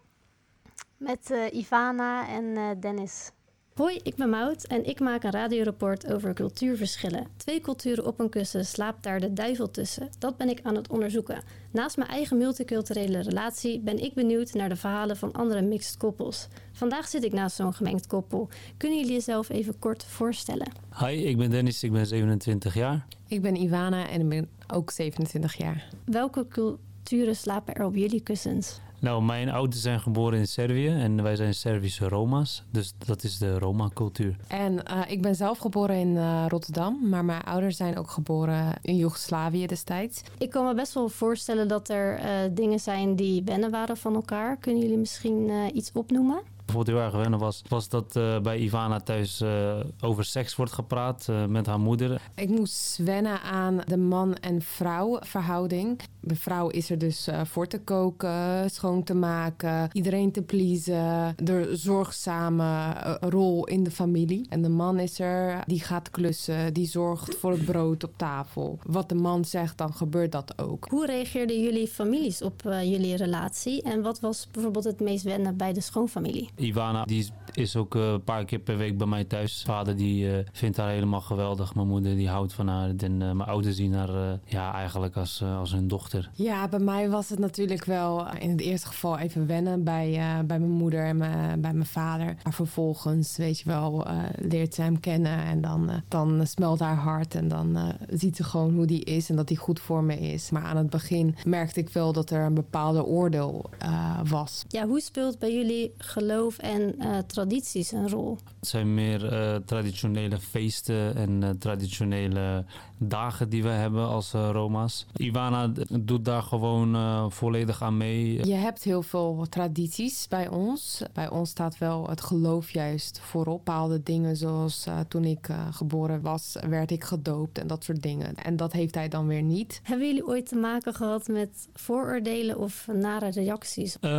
Met uh, Ivana en uh, Dennis. Hoi, ik ben Maud en ik maak een radioreport over cultuurverschillen. Twee culturen op een kussen, slaapt daar de duivel tussen? Dat ben ik aan het onderzoeken. Naast mijn eigen multiculturele relatie ben ik benieuwd naar de verhalen van andere mixed koppels. Vandaag zit ik naast zo'n gemengd koppel. Kunnen jullie jezelf even kort voorstellen? Hi, ik ben Dennis, ik ben zevenentwintig jaar. Ik ben Ivana en ik ben ook zevenentwintig jaar. Welke culturen slapen er op jullie kussens? Nou, mijn ouders zijn geboren in Servië en wij zijn Servische Roma's. Dus dat is de Roma-cultuur. En uh, ik ben zelf geboren in uh, Rotterdam, maar mijn ouders zijn ook geboren in Joegoslavië destijds. Ik kan me best wel voorstellen dat er uh, dingen zijn die wennen waren van elkaar. Kunnen jullie misschien uh, iets opnoemen? Bijvoorbeeld heel erg wennen was, was dat uh, bij Ivana thuis uh, over seks wordt gepraat uh, met haar moeder. Ik moest wennen aan de man- en vrouw verhouding. De vrouw is er dus uh, voor te koken, schoon te maken, iedereen te pleasen. De zorgzame uh, rol in de familie. En de man is er, die gaat klussen, die zorgt voor het brood op tafel. Wat de man zegt, dan gebeurt dat ook. Hoe reageerden jullie families op uh, jullie relatie? En wat was bijvoorbeeld het meest wennen bij de schoonfamilie? Ivana die is ook uh, een paar keer per week bij mij thuis. Vader die uh, vindt haar helemaal geweldig. Mijn moeder die houdt van haar. En uh, mijn ouders zien haar uh, ja, eigenlijk als, uh, als hun dochter. Ja, bij mij was het natuurlijk wel in het eerste geval even wennen bij, uh, bij mijn moeder en me, bij mijn vader. Maar vervolgens, weet je wel, uh, leert ze hem kennen. En dan, uh, dan smelt haar hart. En dan uh, ziet ze gewoon hoe die is en dat hij goed voor me is. Maar aan het begin merkte ik wel dat er een bepaalde oordeel uh, was. Ja, hoe speelt bij jullie geloof en uh, tradities een rol? Het zijn meer uh, traditionele feesten en uh, traditionele dagen die we hebben als uh, Roma's. Ivana doet daar gewoon uh, volledig aan mee. Je hebt heel veel tradities bij ons. Bij ons staat wel het geloof juist voorop. Bepaalde dingen zoals uh, toen ik uh, geboren was, werd ik gedoopt en dat soort dingen. En dat heeft hij dan weer niet. Hebben jullie ooit te maken gehad met vooroordelen of nare reacties? Uh,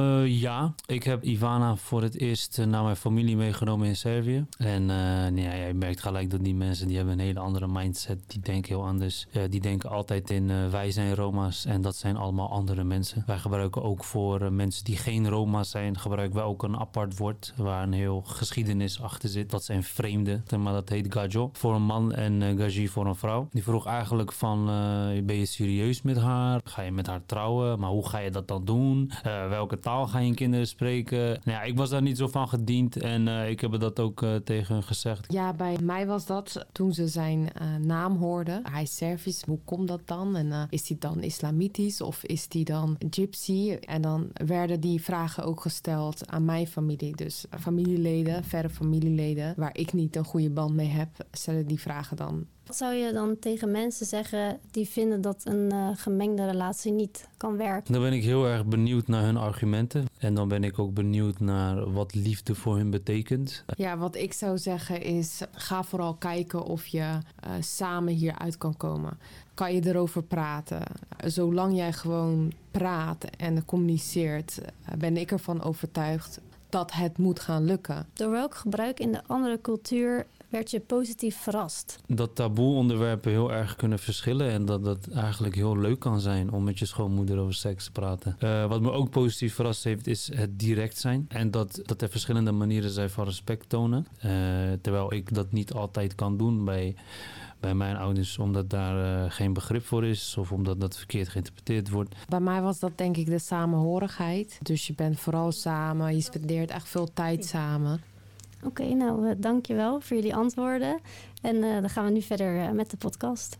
ja, ik heb Ivana voor het eerst uh, naar mijn familie meegenomen in Servië. En uh, nee, ja, je merkt gelijk dat die mensen die hebben een hele andere mindset. Die denken heel anders. Uh, die denken altijd in uh, wij zijn Roma's en dat zijn allemaal andere mensen. Wij gebruiken ook voor uh, mensen die geen Roma's zijn, gebruiken wij ook een apart woord waar een heel geschiedenis achter zit. Dat zijn vreemden, maar dat heet gajo voor een man en uh, gaji voor een vrouw. Die vroeg eigenlijk van, uh, ben je serieus met haar? Ga je met haar trouwen? Maar hoe ga je dat dan doen? Uh, welke taal ga je kinderen spreken? Nou ja, ik was daar niet zo van gediend en uh, ik heb dat ook uh, tegen hun gezegd. Ja, bij mij was dat toen ze zijn uh, naam hoorden. Hij is Servisch, hoe komt dat dan? En uh, is hij dan islamitisch of is hij dan gypsy? En dan werden die vragen ook gesteld aan mijn familie. Dus familieleden, verre familieleden, waar ik niet een goede band mee heb, stellen die vragen dan. Wat zou je dan tegen mensen zeggen die vinden dat een uh, gemengde relatie niet kan werken? Dan ben ik heel erg benieuwd naar hun argumenten. En dan ben ik ook benieuwd naar wat liefde voor hun betekent. Ja, wat ik zou zeggen is, ga vooral kijken of je uh, samen hieruit kan komen. Kan je erover praten? Zolang jij gewoon praat en communiceert, uh, ben ik ervan overtuigd dat het moet gaan lukken. Door welk gebruik in de andere cultuur werd je positief verrast? Dat taboe-onderwerpen heel erg kunnen verschillen en dat dat eigenlijk heel leuk kan zijn om met je schoonmoeder over seks te praten. Uh, wat me ook positief verrast heeft is het direct zijn en dat, dat er verschillende manieren zijn van respect tonen. Uh, terwijl ik dat niet altijd kan doen bij, bij mijn ouders omdat daar uh, geen begrip voor is of omdat dat verkeerd geïnterpreteerd wordt. Bij mij was dat denk ik de samenhorigheid. Dus je bent vooral samen, je spendeert echt veel tijd samen. Oké, okay, nou, uh, dankjewel voor jullie antwoorden. En uh, dan gaan we nu verder uh, met de podcast.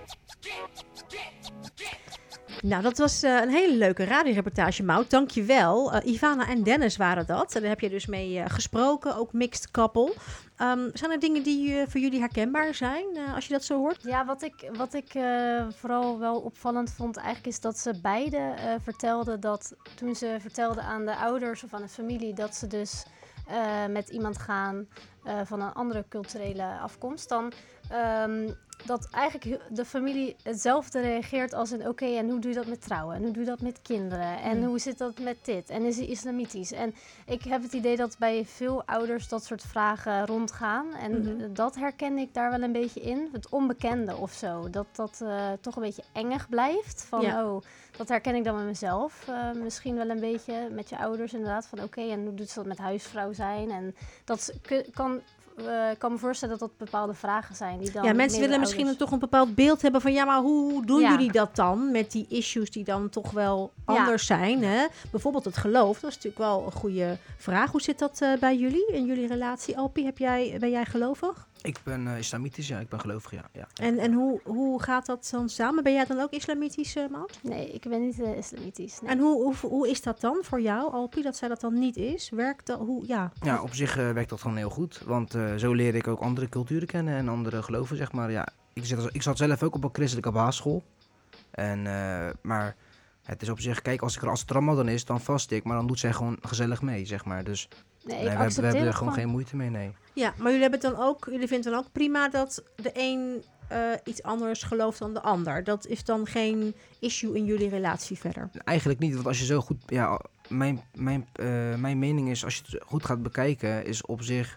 Nou, dat was uh, een hele leuke radioreportage, Maud. Dankjewel. Uh, Ivana en Dennis waren dat. Daar heb je dus mee uh, gesproken, ook mixed couple. Um, zijn er dingen die uh, voor jullie herkenbaar zijn, uh, als je dat zo hoort? Ja, wat ik, wat ik uh, vooral wel opvallend vond eigenlijk is dat ze beide uh, vertelden dat toen ze vertelden aan de ouders of aan de familie dat ze dus uh, met iemand gaan uh, van een andere culturele afkomst, dan um, dat eigenlijk de familie hetzelfde reageert als in oké, okay, en hoe doe je dat met trouwen? En hoe doe je dat met kinderen? En mm. hoe zit dat met dit? En is het islamitisch? En ik heb het idee dat bij veel ouders dat soort vragen rondgaan. En mm-hmm. dat herken ik daar wel een beetje in. Het onbekende of zo. Dat dat uh, toch een beetje engig blijft. Van ja. oh, dat herken ik dan met mezelf. Uh, misschien wel een beetje met je ouders inderdaad. Van oké, okay, en hoe doet ze dat met huisvrouw zijn? En dat kan... Ik uh, kan me voorstellen dat dat bepaalde vragen zijn die dan... Ja, mensen willen ouders... misschien toch een bepaald beeld hebben van... ja, maar hoe doen ja. jullie dat dan met die issues die dan toch wel anders ja. zijn? Hè? Bijvoorbeeld het geloof, dat is natuurlijk wel een goede vraag. Hoe zit dat uh, bij jullie, in jullie relatie? Alpi, heb jij, ben jij gelovig? Ik ben uh, islamitisch, ja. Ik ben gelovig, ja. ja. En, en hoe, hoe gaat dat dan samen? Ben jij dan ook islamitisch, uh, Maud? Nee, ik ben niet uh, islamitisch. Nee. En hoe, hoe, hoe is dat dan voor jou, Alpi, dat zij dat dan niet is? Werkt dat? Hoe, ja. ja, op zich uh, werkt dat gewoon heel goed. Want uh, zo leer ik ook andere culturen kennen en andere geloven, zeg maar. Ja, ik, zit als, ik zat zelf ook op een christelijke basisschool. En, uh, maar het is op zich, kijk, als, ik, als het Ramadan is, dan vast ik. Maar dan doet zij gewoon gezellig mee, zeg maar. Dus nee, nee, we, we hebben er gewoon, gewoon geen moeite mee, nee. Ja, maar jullie hebben het dan ook, jullie vinden dan ook prima dat de een uh, iets anders gelooft dan de ander. Dat is dan geen issue in jullie relatie verder? Eigenlijk niet, want als je zo goed... Ja, mijn, mijn, uh, mijn mening is, als je het goed gaat bekijken, is op zich...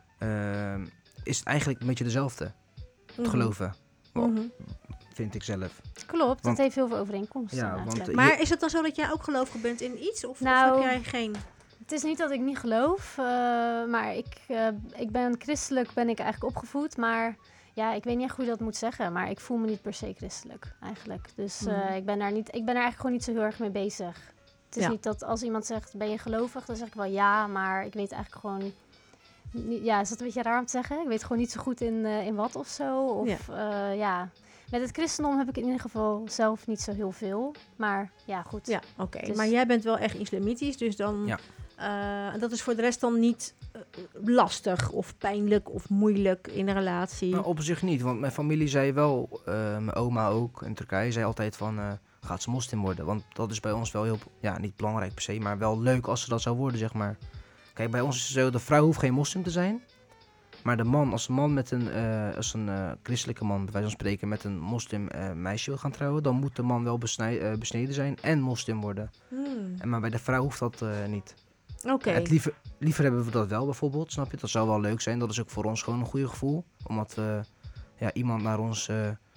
Uh, is het eigenlijk een beetje dezelfde. Het mm-hmm. geloven. Mm-hmm. Vind ik zelf. Klopt, want, het heeft heel veel overeenkomsten. Ja, want, maar je, is het dan zo dat jij ook gelovig bent in iets? Of, nou, of heb jij geen... Het is niet dat ik niet geloof, uh, maar ik, uh, ik ben christelijk, ben ik eigenlijk opgevoed. Maar ja, ik weet niet echt hoe je dat moet zeggen, maar ik voel me niet per se christelijk eigenlijk. Dus uh, mm. ik, ben daar niet, ik ben er eigenlijk gewoon niet zo heel erg mee bezig. Het is ja. niet dat als iemand zegt, ben je gelovig? Dan zeg ik wel ja, maar ik weet eigenlijk gewoon... Niet, ja, is dat een beetje raar om te zeggen? Ik weet gewoon niet zo goed in, uh, in wat of zo. Of ja... Uh, ja. Met het christendom heb ik in ieder geval zelf niet zo heel veel. Maar ja, goed. Ja, oké. Okay. Dus... Maar jij bent wel echt islamitisch, dus dan... Ja. Uh, dat is voor de rest dan niet uh, lastig of pijnlijk of moeilijk in een relatie? Nou, op zich niet, want mijn familie zei wel, uh, mijn oma ook in Turkije, zei altijd van, uh, gaat ze moslim worden? Want dat is bij ons wel heel, ja, niet belangrijk per se, maar wel leuk als ze dat zou worden, zeg maar. Kijk, bij ons is het zo, de vrouw hoeft geen moslim te zijn, maar de man, als een man met een, uh, als een uh, christelijke man, bij wijze van spreken, met een moslim uh, meisje wil gaan trouwen, dan moet de man wel besnij, uh, besneden zijn en moslim worden. Hmm. En, maar bij de vrouw hoeft dat uh, niet. Oké. Okay. Het liever, liever hebben we dat wel bijvoorbeeld, snap je? Dat zou wel leuk zijn. Dat is ook voor ons gewoon een goede gevoel. Omdat we ja, iemand naar ons uh,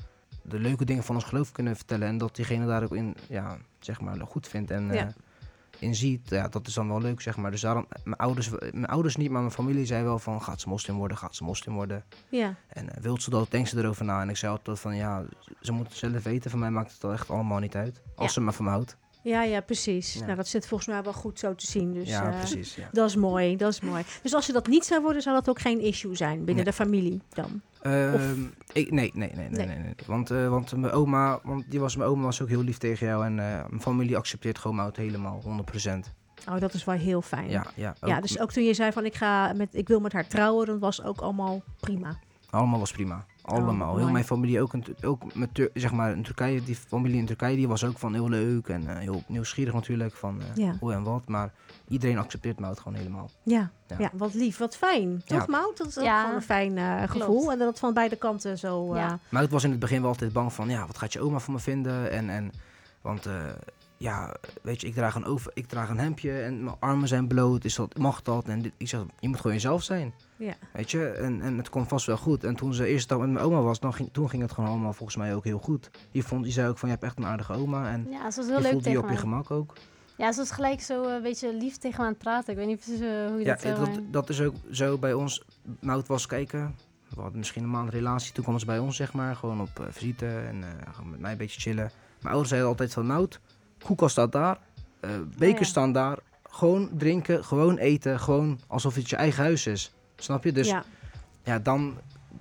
de leuke dingen van ons geloof kunnen vertellen. En dat diegene daar ook in, ja, zeg maar, goed vindt en ja. uh, in ziet. Ja, dat is dan wel leuk, zeg maar. Dus daarom, mijn ouders, mijn ouders niet, maar mijn familie zei wel van, gaat ze moslim worden, gaat ze moslim worden. Ja. En uh, wilt ze dat, denkt ze erover na. En ik zei altijd van, ja, ze moet het zelf weten. Van mij maakt het echt allemaal niet uit. Als ja. ze maar van me houdt. Ja, ja, precies. Ja. Nou, dat zit volgens mij wel goed zo te zien. Dus, ja, uh, precies. Ja. Dat is mooi, dat is mooi. Dus als je dat niet zou worden, zou dat ook geen issue zijn binnen nee. de familie dan? Uh, ik, nee, nee, nee, nee, nee, nee. Want, uh, want mijn oma, want die was, mijn oma was ook heel lief tegen jou. En uh, mijn familie accepteert gewoon Maud helemaal, honderd procent. Oh, dat is wel heel fijn. Ja, ja, ook, ja, dus ook toen je zei van ik, ga met, ik wil met haar trouwen, dan was ook allemaal prima. Allemaal was prima. Allemaal. Oh, heel mijn familie, ook, een, ook met Tur- zeg maar, in Turkije, die familie in Turkije, die was ook van heel leuk en uh, heel nieuwsgierig natuurlijk van uh, ja. hoe en wat. Maar iedereen accepteert Maud gewoon helemaal. Ja, ja. ja wat lief, wat fijn. Toch, ja. Maud? Dat is ook ja. gewoon een fijn uh, gevoel. Klopt. En dat het van beide kanten zo... Uh... Ja. Maud was in het begin wel altijd bang van, ja, wat gaat je oma van me vinden? En, en, want... Uh, ja, weet je, ik draag een, over, ik draag een hemdje en mijn armen zijn bloot, is dat, mag dat? En dit, ik zeg, je moet gewoon jezelf zijn. Ja. Weet je, en, en het komt vast wel goed. En toen ze eerst dag met mijn oma was, dan ging, toen ging het gewoon allemaal volgens mij ook heel goed. Je, vond, je zei ook van, je hebt echt een aardige oma en ja, ze was heel je leuk voelde je op mij. je gemak ook. Ja, ze was gelijk zo een uh, beetje lief tegen me aan het praten. Ik weet niet precies uh, hoe je ja, dat zou... Ja, dat, dat is ook zo bij ons. Maud was kijken, we hadden misschien een maand relatie, toen kwam ze bij ons, zeg maar, gewoon op uh, visite en uh, met mij een beetje chillen. Mijn ouders zeiden altijd van, Maud, koelkast staat daar. Uh, bekers oh, ja. staan daar, gewoon drinken, gewoon eten, gewoon alsof het je eigen huis is. Snap je? Dus ja, ja dan,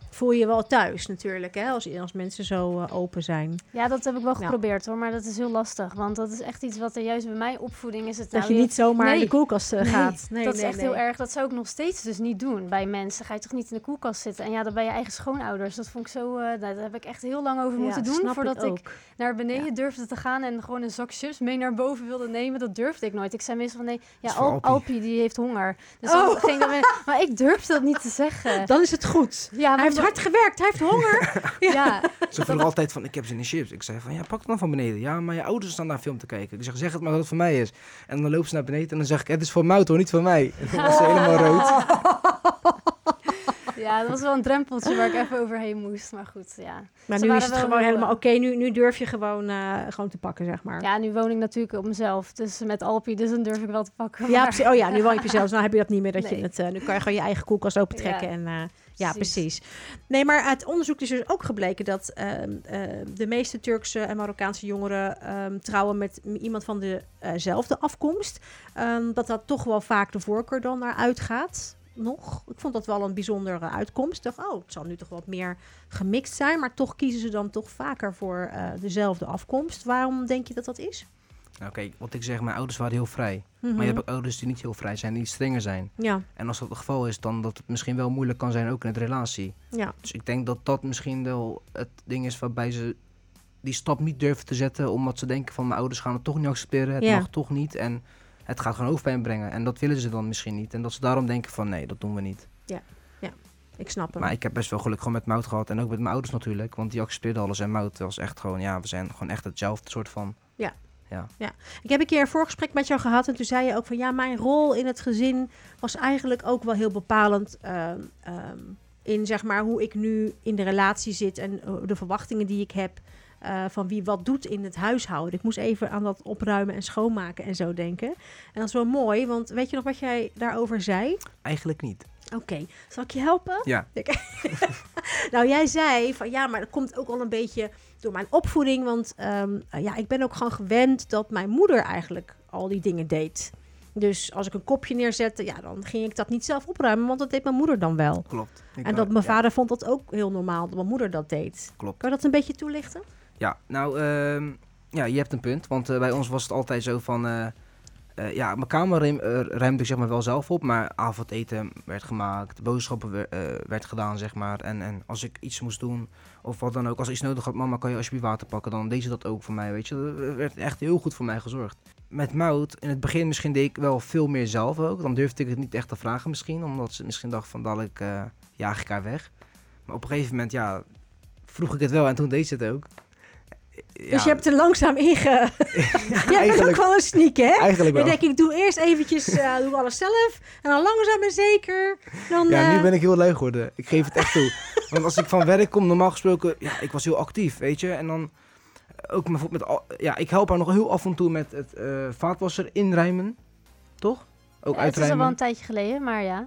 voel je je wel thuis natuurlijk, hè? Als, als mensen zo uh, open zijn. Ja, dat heb ik wel Ja. geprobeerd hoor, maar dat is heel lastig. Want dat is echt iets wat er juist bij mijn opvoeding is. Het Dat nou je weer- niet zomaar Nee. in de koelkast uh, Nee, gaat. Nee, dat nee, is echt nee. heel erg. Dat zou ik nog steeds dus niet doen bij mensen. Ga je toch niet in de koelkast zitten? En ja, dan bij je eigen schoonouders. Dat vond ik zo... Uh, daar heb ik echt heel lang over Ja, moeten doen snap voordat ik, ook. naar beneden Ja. durfde te gaan en gewoon een zak chips mee naar boven wilde nemen. Dat durfde ik nooit. Ik zei meestal van nee, ja, is voor Al- Alpie. Alpie die heeft honger. Dus Oh. dan ging ik dan mee- maar ik durfde dat niet te zeggen. Dan is het goed. Ja, maar Hij heeft dan- hard gewerkt, hij heeft honger. Ja, Ze vroegen altijd van, ik heb zin in chips. Ik zei van, ja, pak het dan van beneden. Ja, maar je ouders staan naar film te kijken. Ik zeg, zeg het maar dat het voor mij is. En dan loopt ze naar beneden en dan zeg ik, het is voor Mout hoor, niet voor mij. En dan was ze helemaal rood. ja, dat was wel een drempeltje waar ik even overheen moest. Maar goed, ja. Maar Ze nu waren is het wel gewoon heel, helemaal uh, oké. Nu, nu durf je gewoon, uh, gewoon te pakken, zeg maar. Ja, nu woon ik natuurlijk op mezelf. Dus met Alpie, dus dan durf ik wel te pakken. Ja, maar- precies. Oh ja, nu woon je op jezelf. Dus nou heb je dat niet meer. Dat je Nee. het, uh, nu kan je gewoon je eigen koelkast opentrekken. Ja, En, uh, ja, precies. precies. Nee, maar uit onderzoek is dus ook gebleken dat uh, uh, de meeste Turkse en Marokkaanse jongeren um, trouwen met iemand van dezelfde uh afkomst. Um, dat dat toch wel vaak de voorkeur dan naar uitgaat. Nog. Ik vond dat wel een bijzondere uitkomst. Ik dacht, oh, het zal nu toch wat meer gemixt zijn. Maar toch kiezen ze dan toch vaker voor uh, dezelfde afkomst. Waarom denk je dat dat is? Nou kijk, wat ik zeg, mijn ouders waren heel vrij. Mm-hmm. Maar je hebt ook ouders die niet heel vrij zijn, die strenger zijn. Ja, En als dat het geval is, dan dat het misschien wel moeilijk kan zijn ook in de relatie. ja. Dus ik denk dat dat misschien wel het ding is waarbij ze die stap niet durven te zetten. Omdat ze denken van, mijn ouders gaan het toch niet accepteren. Het Ja. mag toch niet. En het gaat gewoon hoofdpijn brengen. En dat willen ze dan misschien niet. En dat ze daarom denken van, nee, dat doen we niet. Ik snap hem. Maar ik heb best wel geluk gewoon met Mout gehad. En ook met mijn ouders natuurlijk. Want die accepteerden alles. En Mout was echt gewoon, ja, we zijn gewoon echt hetzelfde soort van. Ja. Ja. Ik heb een keer een voorgesprek met jou gehad en toen zei je ook van ja, mijn rol in het gezin was eigenlijk ook wel heel bepalend um, um, in zeg maar hoe ik nu in de relatie zit en uh, de verwachtingen die ik heb uh, van wie wat doet in het huishouden. Ik moest even aan dat opruimen en schoonmaken en zo denken. En dat is wel mooi, want weet je nog wat jij daarover zei? Eigenlijk niet. Oké, okay. Zal ik je helpen? Ja. Nou, jij zei van ja, maar dat komt ook al een beetje door mijn opvoeding. Want um, uh, ja, ik ben ook gewoon gewend dat mijn moeder eigenlijk al die dingen deed. Dus als ik een kopje neerzette, ja, dan ging ik dat niet zelf opruimen, want dat deed mijn moeder dan wel. Klopt. Ik en wou- dat mijn ja, vader vond dat ook heel normaal, dat mijn moeder dat deed. Klopt. Kan je dat een beetje toelichten? Ja, nou, uh, ja, je hebt een punt. Want uh, bij ons was het altijd zo van... Uh, uh, ja, mijn kamer ruim, uh, ruimde ik zeg maar wel zelf op. Maar avondeten werd gemaakt. Boodschappen werd, uh, werd gedaan, zeg maar. En, en als ik iets moest doen, of wat dan ook. Als ik iets nodig had, mama, kan je alsjeblieft water pakken? Dan deed ze dat ook voor mij, weet je. Er werd echt heel goed voor mij gezorgd. Met Mout, in het begin misschien deed ik wel veel meer zelf ook. Dan durfde ik het niet echt te vragen misschien. Omdat ze misschien dacht van, dadelijk uh, jaag ik haar weg. Maar op een gegeven moment, ja, vroeg ik het wel. En toen deed ze het ook. Ja, Dus je hebt er langzaam inge... ja, Jij bent ook eigenlijk, wel een sneak, hè? eigenlijk wel. Dan denk ik, doe eerst eventjes uh, doe alles zelf. En dan langzaam en zeker. Dan, Ja, uh, nu ben ik heel lui geworden. Ik geef het echt toe. Want als ik van werk kom, normaal gesproken, ja, ik was heel actief, weet je. En dan ook bijvoorbeeld met, al- ja, ik help haar nog heel af en toe met het uh, vaatwasser inruimen. Toch? Ook Ja, het is al wel uitruimen. een tijdje geleden, maar ja.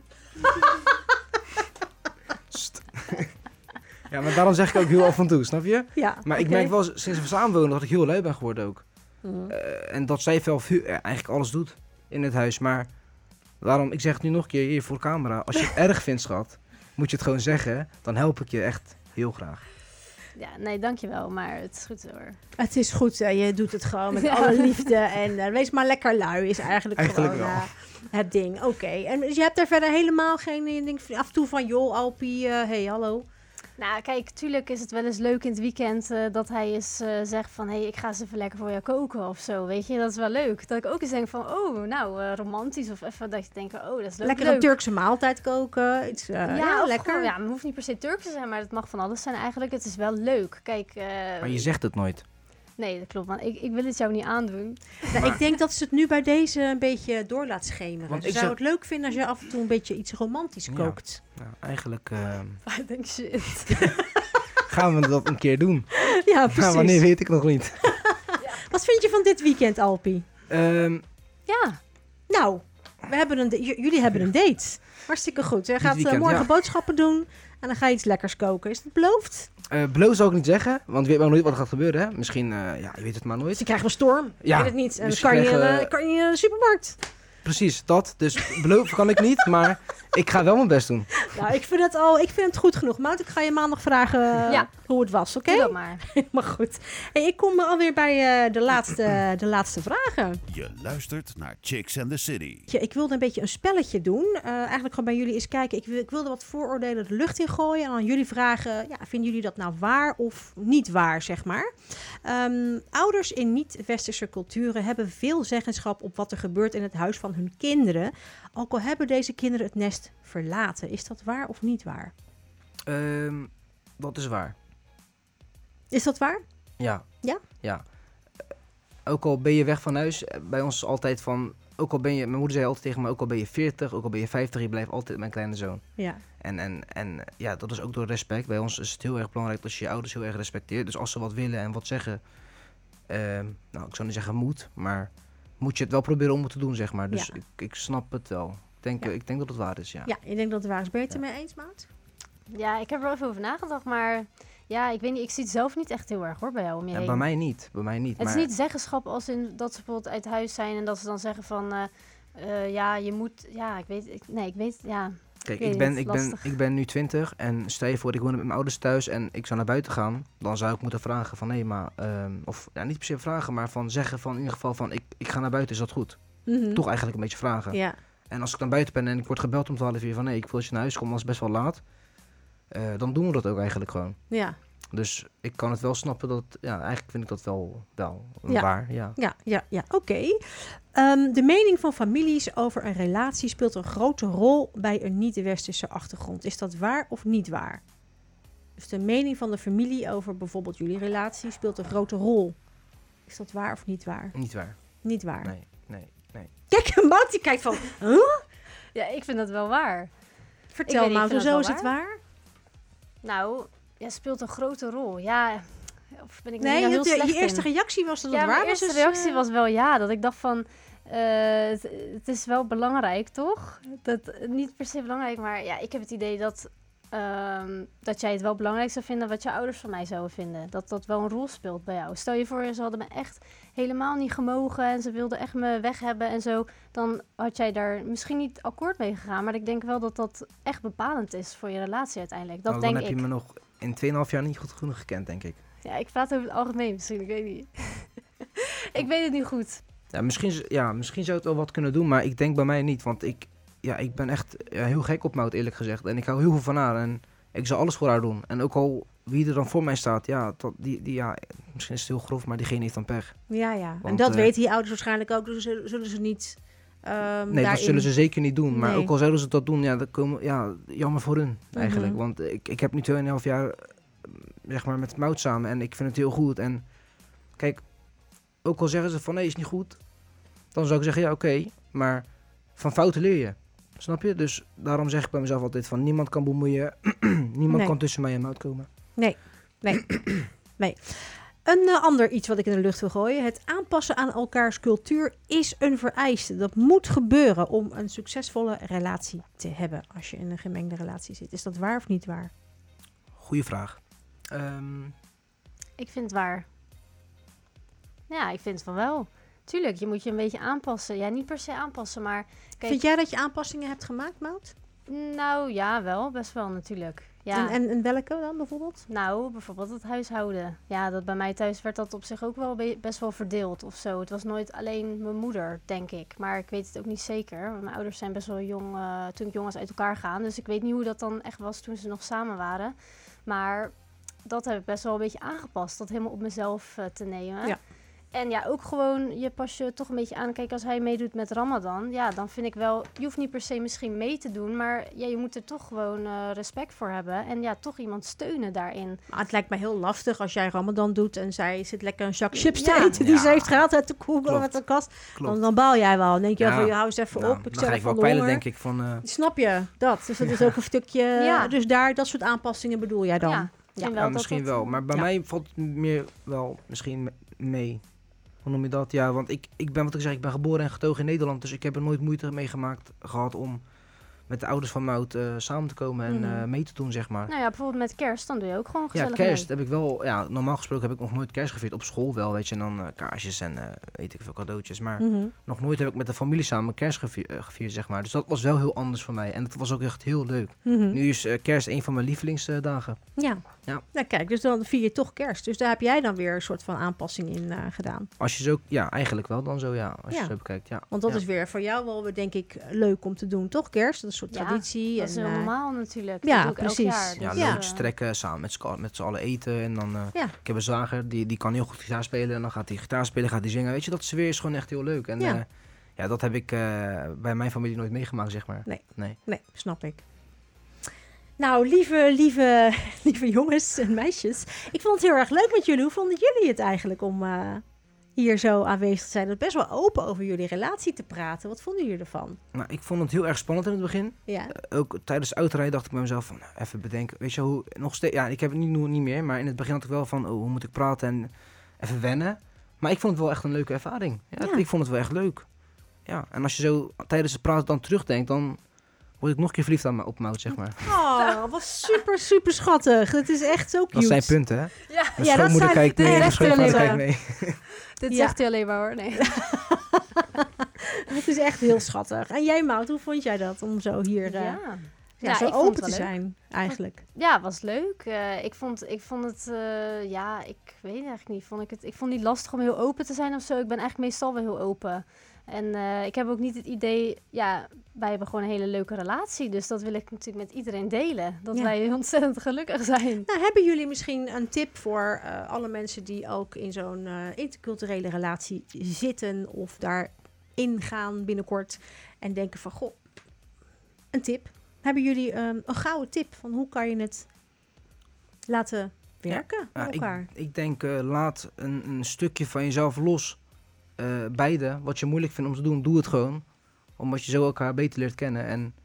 St- ja, maar daarom zeg ik ook heel af en toe, snap je? ja, Maar ik oké. merk wel sinds we samenwonen dat ik heel lui ben geworden ook. Mm. Uh, en dat zij veel, veel ja, eigenlijk alles doet in het huis. Maar daarom, ik zeg het nu nog een keer hier voor camera. Als je het erg vindt, schat, moet je het gewoon zeggen. Dan help ik je echt heel graag. Ja, nee, dankjewel, maar het is goed hoor. Het is goed, hè. Je doet het gewoon met Ja. alle liefde. En uh, wees maar lekker lui is eigenlijk, Eigenlijk gewoon wel. uh, het ding. Oké, okay. En dus je hebt er verder helemaal geen... Je denkt af en toe van, joh, Alpie, uh, hey, hallo. Nou, kijk, tuurlijk is het wel eens leuk in het weekend uh, dat hij eens uh, zegt van... hé, hey, ik ga eens even lekker voor jou koken of zo, weet je. Dat is wel leuk. Dat ik ook eens denk van, oh, nou, uh, romantisch of even dat je denkt, oh, dat is leuk. Lekker leuk. een Turkse maaltijd koken. Iets, uh, ja, ja, of lekker. Gewoon, ja, het hoeft niet per se Turks te zijn, maar het mag van alles zijn eigenlijk. Het is wel leuk. Kijk... Uh, Maar je zegt het nooit. Nee, dat klopt, want ik, ik wil het jou niet aandoen. Nou, ik denk dat ze het nu bij deze een beetje door laat schemeren. Want Ze ik zou zeg- het leuk vinden als je af en toe een beetje iets romantisch Ja. kookt. Nou, eigenlijk uh, I denk shit. gaan we dat een keer doen. Ja, Maar precies. wanneer weet ik nog niet. Wat vind je van dit weekend, Alpie? Um, Ja, Nou, we hebben een d- j- jullie hebben een date. Hartstikke goed. Je gaat uh, weekend, morgen ja. boodschappen doen en dan ga je iets lekkers koken. Is dat beloofd? uh, Beloofd zou ik niet zeggen, want we weten nog nooit wat er gaat gebeuren. Hè? Misschien, uh, ja, je weet het maar nooit. Ze krijgen een storm. Ik Ja, weet het niet. En dan misschien kan je, in, krijgen- uh, kan je in de supermarkt. Precies, dat. Dus beloven kan ik niet, maar ik ga wel mijn best doen. Nou, ik vind het al, ik vind het goed genoeg. Mout, ik ga je maandag vragen uh, Ja. hoe het was, oké? Doe dat maar. Maar goed. Hey, ik kom alweer bij uh, de, laatste, de laatste vragen. Je luistert naar Chicks and the City. Ja, ik wilde een beetje een spelletje doen. Uh, eigenlijk gewoon bij jullie eens kijken. Ik, wil, ik wilde wat vooroordelen de lucht in gooien. En aan jullie vragen, ja, vinden jullie dat nou waar of niet waar, zeg maar? Um, ouders in niet-westerse culturen hebben veel zeggenschap op wat er gebeurt in het huis van hun kinderen. Ook al hebben deze kinderen het nest verlaten. Is dat waar of niet waar? Um, dat is waar. Is dat waar? Ja. Ja? Ja. Ook al ben je weg van huis, bij ons is altijd van, ook al ben je, mijn moeder zei altijd tegen me, ook al ben je veertig, ook al ben je vijftig, je blijft altijd mijn kleine zoon. Ja. En, en, en ja, dat is ook door respect. Bij ons is het heel erg belangrijk dat je je ouders heel erg respecteert. Dus als ze wat willen en wat zeggen, uh, nou, ik zou niet zeggen moet, maar moet je het wel proberen om het te doen, zeg maar. Dus ja. ik, ik snap het wel. Ik denk, ja. ik denk dat het waar is, ja. Ja, ik denk dat het waar is. Ben je het ermee eens, Maud? Ja, ik heb er wel even over nagedacht, maar ja, ik weet niet, ik zie het zelf niet echt heel erg hoor bij jou om je Ja, heen. bij mij niet, bij mij niet. Het maar... is niet zeggenschap als in dat ze bijvoorbeeld uit huis zijn en dat ze dan zeggen van, uh, uh, ja, je moet, ja, ik weet, ik, nee, ik weet, ja. Kijk, ik, ik ben, niet, ik, ben, lastig. ik ben nu twintig en stel je voor, ik woon met mijn ouders thuis en ik zou naar buiten gaan. Dan zou ik moeten vragen van, hé, hey, maar, um, of ja, niet per se vragen, maar van zeggen van in ieder geval van, ik, ik ga naar buiten, is dat goed? Mm-hmm. Toch eigenlijk een beetje vragen. Ja. En als ik dan buiten ben en ik word gebeld om twaalf uur van, nee, ik wil dat je naar huis komt, dan is het best wel laat. Uh, dan doen we dat ook eigenlijk gewoon. Ja. Dus ik kan het wel snappen dat, ja, eigenlijk vind ik dat wel, wel ja. waar, ja. Ja, ja, ja, oké. Okay. Um, de mening van families over een relatie speelt een grote rol bij een niet-westerse achtergrond. Is dat waar of niet waar? Dus de mening van de familie over bijvoorbeeld jullie relatie speelt een grote rol. Is dat waar of niet waar? Niet waar. Niet waar. Nee, nee, nee. Kijk, Maud die kijkt van, huh? Ja, ik vind dat wel waar. Vertel Maud, hoezo is het waar? waar? Nou, ja, speelt een grote rol. Ja, of ben ik nee, heel je, slecht je eerste in. reactie was dat het ja, waar was. mijn eerste dus, reactie uh... was wel ja. Dat ik dacht van, uh, het, het is wel belangrijk, toch? Dat, niet per se belangrijk, maar ja, ik heb het idee dat, um, dat jij het wel belangrijk zou vinden wat je ouders van mij zouden vinden. Dat dat wel een rol speelt bij jou. Stel je voor, ze hadden me echt helemaal niet gemogen en ze wilden echt me weg hebben en zo. Dan had jij daar misschien niet akkoord mee gegaan. Maar ik denk wel dat dat echt bepalend is voor je relatie uiteindelijk. Dat nou, denk dan heb ik. je me nog in tweeënhalf jaar niet goed genoeg gekend, denk ik. Ja, ik praat over het algemeen misschien, ik weet niet. Ik weet het niet goed. Ja misschien, ja, misschien zou het wel wat kunnen doen, maar ik denk bij mij niet. Want ik, ja, ik ben echt ja, heel gek op Maud, eerlijk gezegd. En ik hou heel veel van haar en ik zal alles voor haar doen. En ook al wie er dan voor mij staat, ja, dat, die, die, ja misschien is het heel grof, maar diegene heeft dan pech. Ja, ja. Want, en dat uh, weten die ouders waarschijnlijk ook, dus zullen, zullen ze niet... Um, nee, daarin... dat zullen ze zeker niet doen. Maar nee. ook al zouden ze dat doen, ja, dat komen, ja jammer voor hun eigenlijk. Mm-hmm. Want ik, ik heb nu tweeënhalf jaar zeg maar, met Maud samen en ik vind het heel goed. En kijk, ook al zeggen ze van nee, is niet goed, dan zou ik zeggen ja, oké, okay, maar van fouten leer je. Snap je? Dus daarom zeg ik bij mezelf altijd van niemand kan bemoeien, niemand nee. kan tussen mij en Maud komen. Nee, nee, nee. Een uh, ander iets wat ik in de lucht wil gooien. Het aanpassen aan elkaars cultuur is een vereiste. Dat moet gebeuren om een succesvolle relatie te hebben als je in een gemengde relatie zit. Is dat waar of niet waar? Goeie vraag. Um... Ik vind het waar. Ja, ik vind het van wel. Tuurlijk, je moet je een beetje aanpassen. Ja, niet per se aanpassen, maar... Kijk, vind jij dat je aanpassingen hebt gemaakt, Maud? Nou ja, wel. Best wel natuurlijk. Ja. En, en, en welke dan bijvoorbeeld? Nou, bijvoorbeeld het huishouden. Ja, dat bij mij thuis werd dat op zich ook wel be- best wel verdeeld of zo. Het was nooit alleen mijn moeder, denk ik. Maar ik weet het ook niet zeker. Mijn ouders zijn best wel jong, uh, toen ik jong was uit elkaar gaan. Dus ik weet niet hoe dat dan echt was toen ze nog samen waren. Maar dat heb ik best wel een beetje aangepast. Dat helemaal op mezelf uh, te nemen. Ja. En ja, ook gewoon, je pas je toch een beetje aan. Kijk, als hij meedoet met Ramadan, ja, dan vind ik wel... Je hoeft niet per se misschien mee te doen, maar ja, je moet er toch gewoon uh, respect voor hebben. En ja, toch iemand steunen daarin. Maar het lijkt me heel lastig als jij Ramadan doet en zij zit lekker een zak chips Ja. te eten die Ja. ze heeft gehaald uit de koelkast met de kast. Dan, dan baal jij wel. Dan denk je, Ja. ja. van, je hou eens even Nou, op. Ik dan zeg ga ik van wel de peilen, honger. denk ik. Van, uh... Snap je dat? Dus dat is ook een stukje... Ja. Dus daar, dat soort aanpassingen bedoel jij dan? Ja, Ja. ja, ja, misschien wel. Maar bij Ja. mij valt het meer wel misschien mee. Hoe noem je dat? Ja, want ik, ik ben, wat ik zeg, ik ben geboren en getogen in Nederland. Dus ik heb er nooit moeite mee gemaakt gehad om met de ouders van Mout uh, samen te komen en Mhm. uh, mee te doen, zeg maar. Nou ja, bijvoorbeeld met kerst, dan doe je ook gewoon Ja, gezellig kerst mee. heb ik wel, ja, normaal gesproken heb ik nog nooit kerst gevierd. Op school wel, weet je, en dan uh, kaarsjes en uh, weet ik veel cadeautjes. Maar Mhm. nog nooit heb ik met de familie samen kerst gevierd, uh, gevierd, zeg maar. Dus dat was wel heel anders voor mij en dat was ook echt heel leuk. Mhm. Nu is uh, kerst een van mijn lievelingsdagen. Ja. Ja. Nou kijk, dus dan vier je toch kerst. Dus daar heb jij dan weer een soort van aanpassing in uh, gedaan. Als je zo, ja, eigenlijk wel dan zo, ja, als Ja. je zo bekijkt, ja. Want dat ja. is weer voor jou wel weer, denk ik, leuk om te doen, toch? Kerst, dat is een soort Ja, traditie. Dat is en, heel uh, normaal natuurlijk. ja, Dat doe ik precies. elk jaar. Ja, dus, Ja. leuk strekken, samen met z'n met z'n allen eten en dan, uh, Ja. ik heb een zwager, die, die kan heel goed gitaar spelen en dan gaat hij gitaar spelen, gaat hij zingen. Weet je, dat sfeer is gewoon echt heel leuk. En Ja. ja, ja dat heb ik uh, bij mijn familie nooit meegemaakt, zeg maar. Nee. nee. Nee, snap ik. Nou, lieve, lieve, lieve jongens en meisjes. Ik vond het heel erg leuk met jullie. Hoe vonden jullie het eigenlijk om uh, hier zo aanwezig te zijn? Het best wel open over jullie relatie te praten. Wat vonden jullie ervan? Nou, ik vond het heel erg spannend in het begin. Ja. Uh, ook tijdens het autorijden dacht ik bij mezelf van, nou, even bedenken. Weet je, hoe, nog steeds, ja, ik heb het niet, niet meer, maar in het begin had ik wel van, oh, hoe moet ik praten en even wennen. Maar ik vond het wel echt een leuke ervaring. Ja, Ja. Ik vond het wel echt leuk. Ja, en als je zo tijdens het praten dan terugdenkt, dan word ik nog een keer verliefd aan, op Mout, zeg maar. Oh, was super, super schattig. Het is echt zo cute. Dat zijn punten, hè? Ja, Mijn Ja, dat schoonmoeder zijn kijkt de mee, mijn rechten schoonvader kijkt alleen mee. dit Ja. zegt hij alleen maar hoor. Nee. Het is echt heel schattig. En jij, Maud, hoe vond jij dat om zo hier uh, ja. Ja. Ja, Ja, zo ik vond open het te wel leuk. zijn, eigenlijk? Ja, was leuk. Uh, ik, vond, ik vond het, uh, ja, ik weet eigenlijk niet. Vond ik, het, ik vond het niet lastig om heel open te zijn of zo. Ik ben eigenlijk meestal wel heel open. En uh, ik heb ook niet het idee, ja, wij hebben gewoon een hele leuke relatie. Dus dat wil ik natuurlijk met iedereen delen. Dat Ja. wij ontzettend gelukkig zijn. Nou, hebben jullie misschien een tip voor uh, alle mensen die ook in zo'n uh, interculturele relatie zitten of daarin gaan binnenkort en denken van, goh, een tip. Hebben jullie um, een gouden tip van hoe kan je het laten werken Ja, met ik, elkaar? ik denk, uh, laat een, een stukje van jezelf los. Uh, beide, wat je moeilijk vindt om te doen, doe het gewoon. Omdat je zo elkaar beter leert kennen. En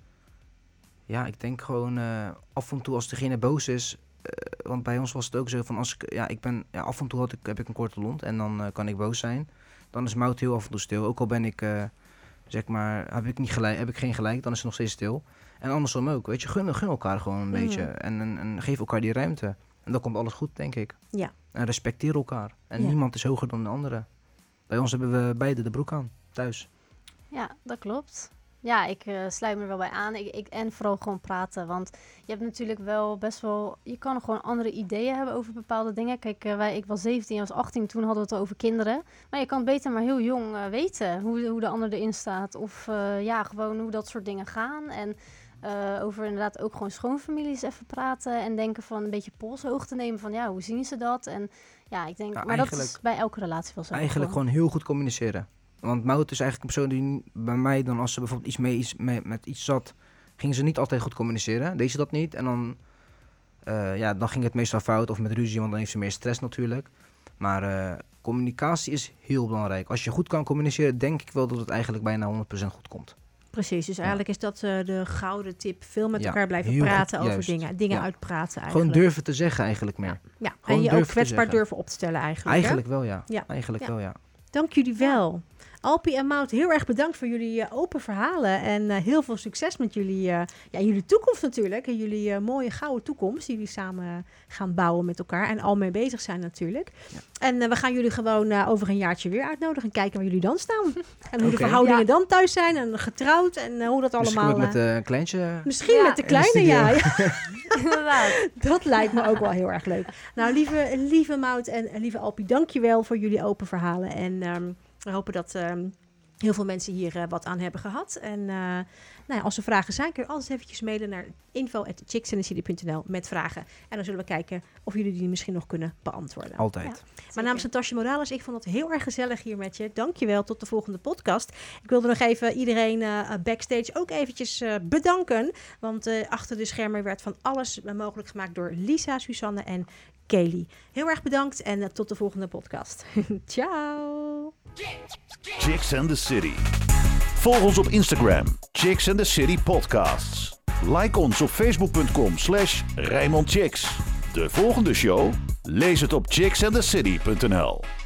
ja, ik denk gewoon uh, af en toe als degene boos is. Uh, want bij ons was het ook zo van als ik, ja, ik ben, ja, af en toe had ik, heb ik een korte lont en dan uh, kan ik boos zijn. Dan is Mout heel af en toe stil. Ook al ben ik, uh, zeg maar, heb ik, niet gelijk, heb ik geen gelijk, dan is het nog steeds stil. En andersom ook, weet je, gun, gun elkaar gewoon een Mhm. beetje. En, en, en geef elkaar die ruimte. En dan komt alles goed, denk ik. Ja. En respecteer elkaar. En Ja. niemand is hoger dan de andere. Bij ons hebben we beide de broek aan, thuis. Ja, dat klopt. Ja, ik uh, sluit me er wel bij aan. Ik, ik, en vooral gewoon praten. Want je hebt natuurlijk wel best wel... Je kan gewoon andere ideeën hebben over bepaalde dingen. Kijk, uh, wij, ik was zeventien, jij was achttien. Toen hadden we het over kinderen. Maar je kan beter maar heel jong uh, weten hoe, hoe de ander erin staat. Of uh, ja, gewoon hoe dat soort dingen gaan. En uh, over inderdaad ook gewoon schoonfamilies even praten. En denken van een beetje polshoog te nemen. Van ja, hoe zien ze dat? En ja, ik denk... Ja, maar dat is eigenlijk- bij elke relatie wel zo. Eigenlijk gewoon heel goed communiceren. Want Mout is eigenlijk een persoon die bij mij dan als ze bijvoorbeeld iets mee iets, mee, met iets zat, ging ze niet altijd goed communiceren. Deed ze dat niet en dan, uh, ja, dan ging het meestal fout of met ruzie, want dan heeft ze meer stress natuurlijk. Maar uh, communicatie is heel belangrijk. Als je goed kan communiceren, denk ik wel dat het eigenlijk bijna honderd procent goed komt. Precies, dus eigenlijk is dat uh, de gouden tip. Veel met Ja, elkaar blijven heel praten goed, over juist. dingen. Dingen Ja. uitpraten eigenlijk. Gewoon durven te zeggen eigenlijk meer. Ja, gewoon en je ook durven te kwetsbaar zeggen. durven op te stellen eigenlijk. hè? Eigenlijk wel ja. Ja. Eigenlijk Ja. wel ja. Dank jullie wel. Alpie en Mout, heel erg bedankt voor jullie uh, open verhalen. En uh, heel veel succes met jullie, uh, ja, jullie toekomst natuurlijk. En jullie uh, mooie gouden toekomst die jullie samen uh, gaan bouwen met elkaar. En al mee bezig zijn natuurlijk. Ja. En uh, we gaan jullie gewoon uh, over een jaartje weer uitnodigen. En kijken waar jullie dan staan. En hoe de Oké. verhoudingen Ja. dan thuis zijn. En getrouwd. En uh, hoe dat Misschien allemaal... ook met uh, uh, een kleintje. Misschien Ja, met de in de kleine, studio. ja. ja. Inderdaad. Dat lijkt me ook wel heel erg leuk. Nou, lieve, lieve Mout en lieve Alpie, dank je wel voor jullie open verhalen. En um, we hopen dat um, heel veel mensen hier uh, wat aan hebben gehad. En uh, nou ja, als er vragen zijn, kun je altijd eventjes mailen naar info at chicks and the city punt n l met vragen. En dan zullen we kijken of jullie die misschien nog kunnen beantwoorden. Altijd. Mijn naam is Natasja Morales. Ik vond het heel erg gezellig hier met je. Dank je wel. Tot de volgende podcast. Ik wilde nog even iedereen uh, backstage ook eventjes uh, bedanken. Want uh, achter de schermen werd van alles uh, mogelijk gemaakt door Lisa, Suzanne en Kelly. Heel erg bedankt en uh, tot de volgende podcast. Ciao. Chicks and the City. Volg ons op Instagram, Chicks and the City Podcasts. Like ons op facebook punt com slash Rijnmond Chicks. De volgende show? Lees het op chicks and the city punt n l.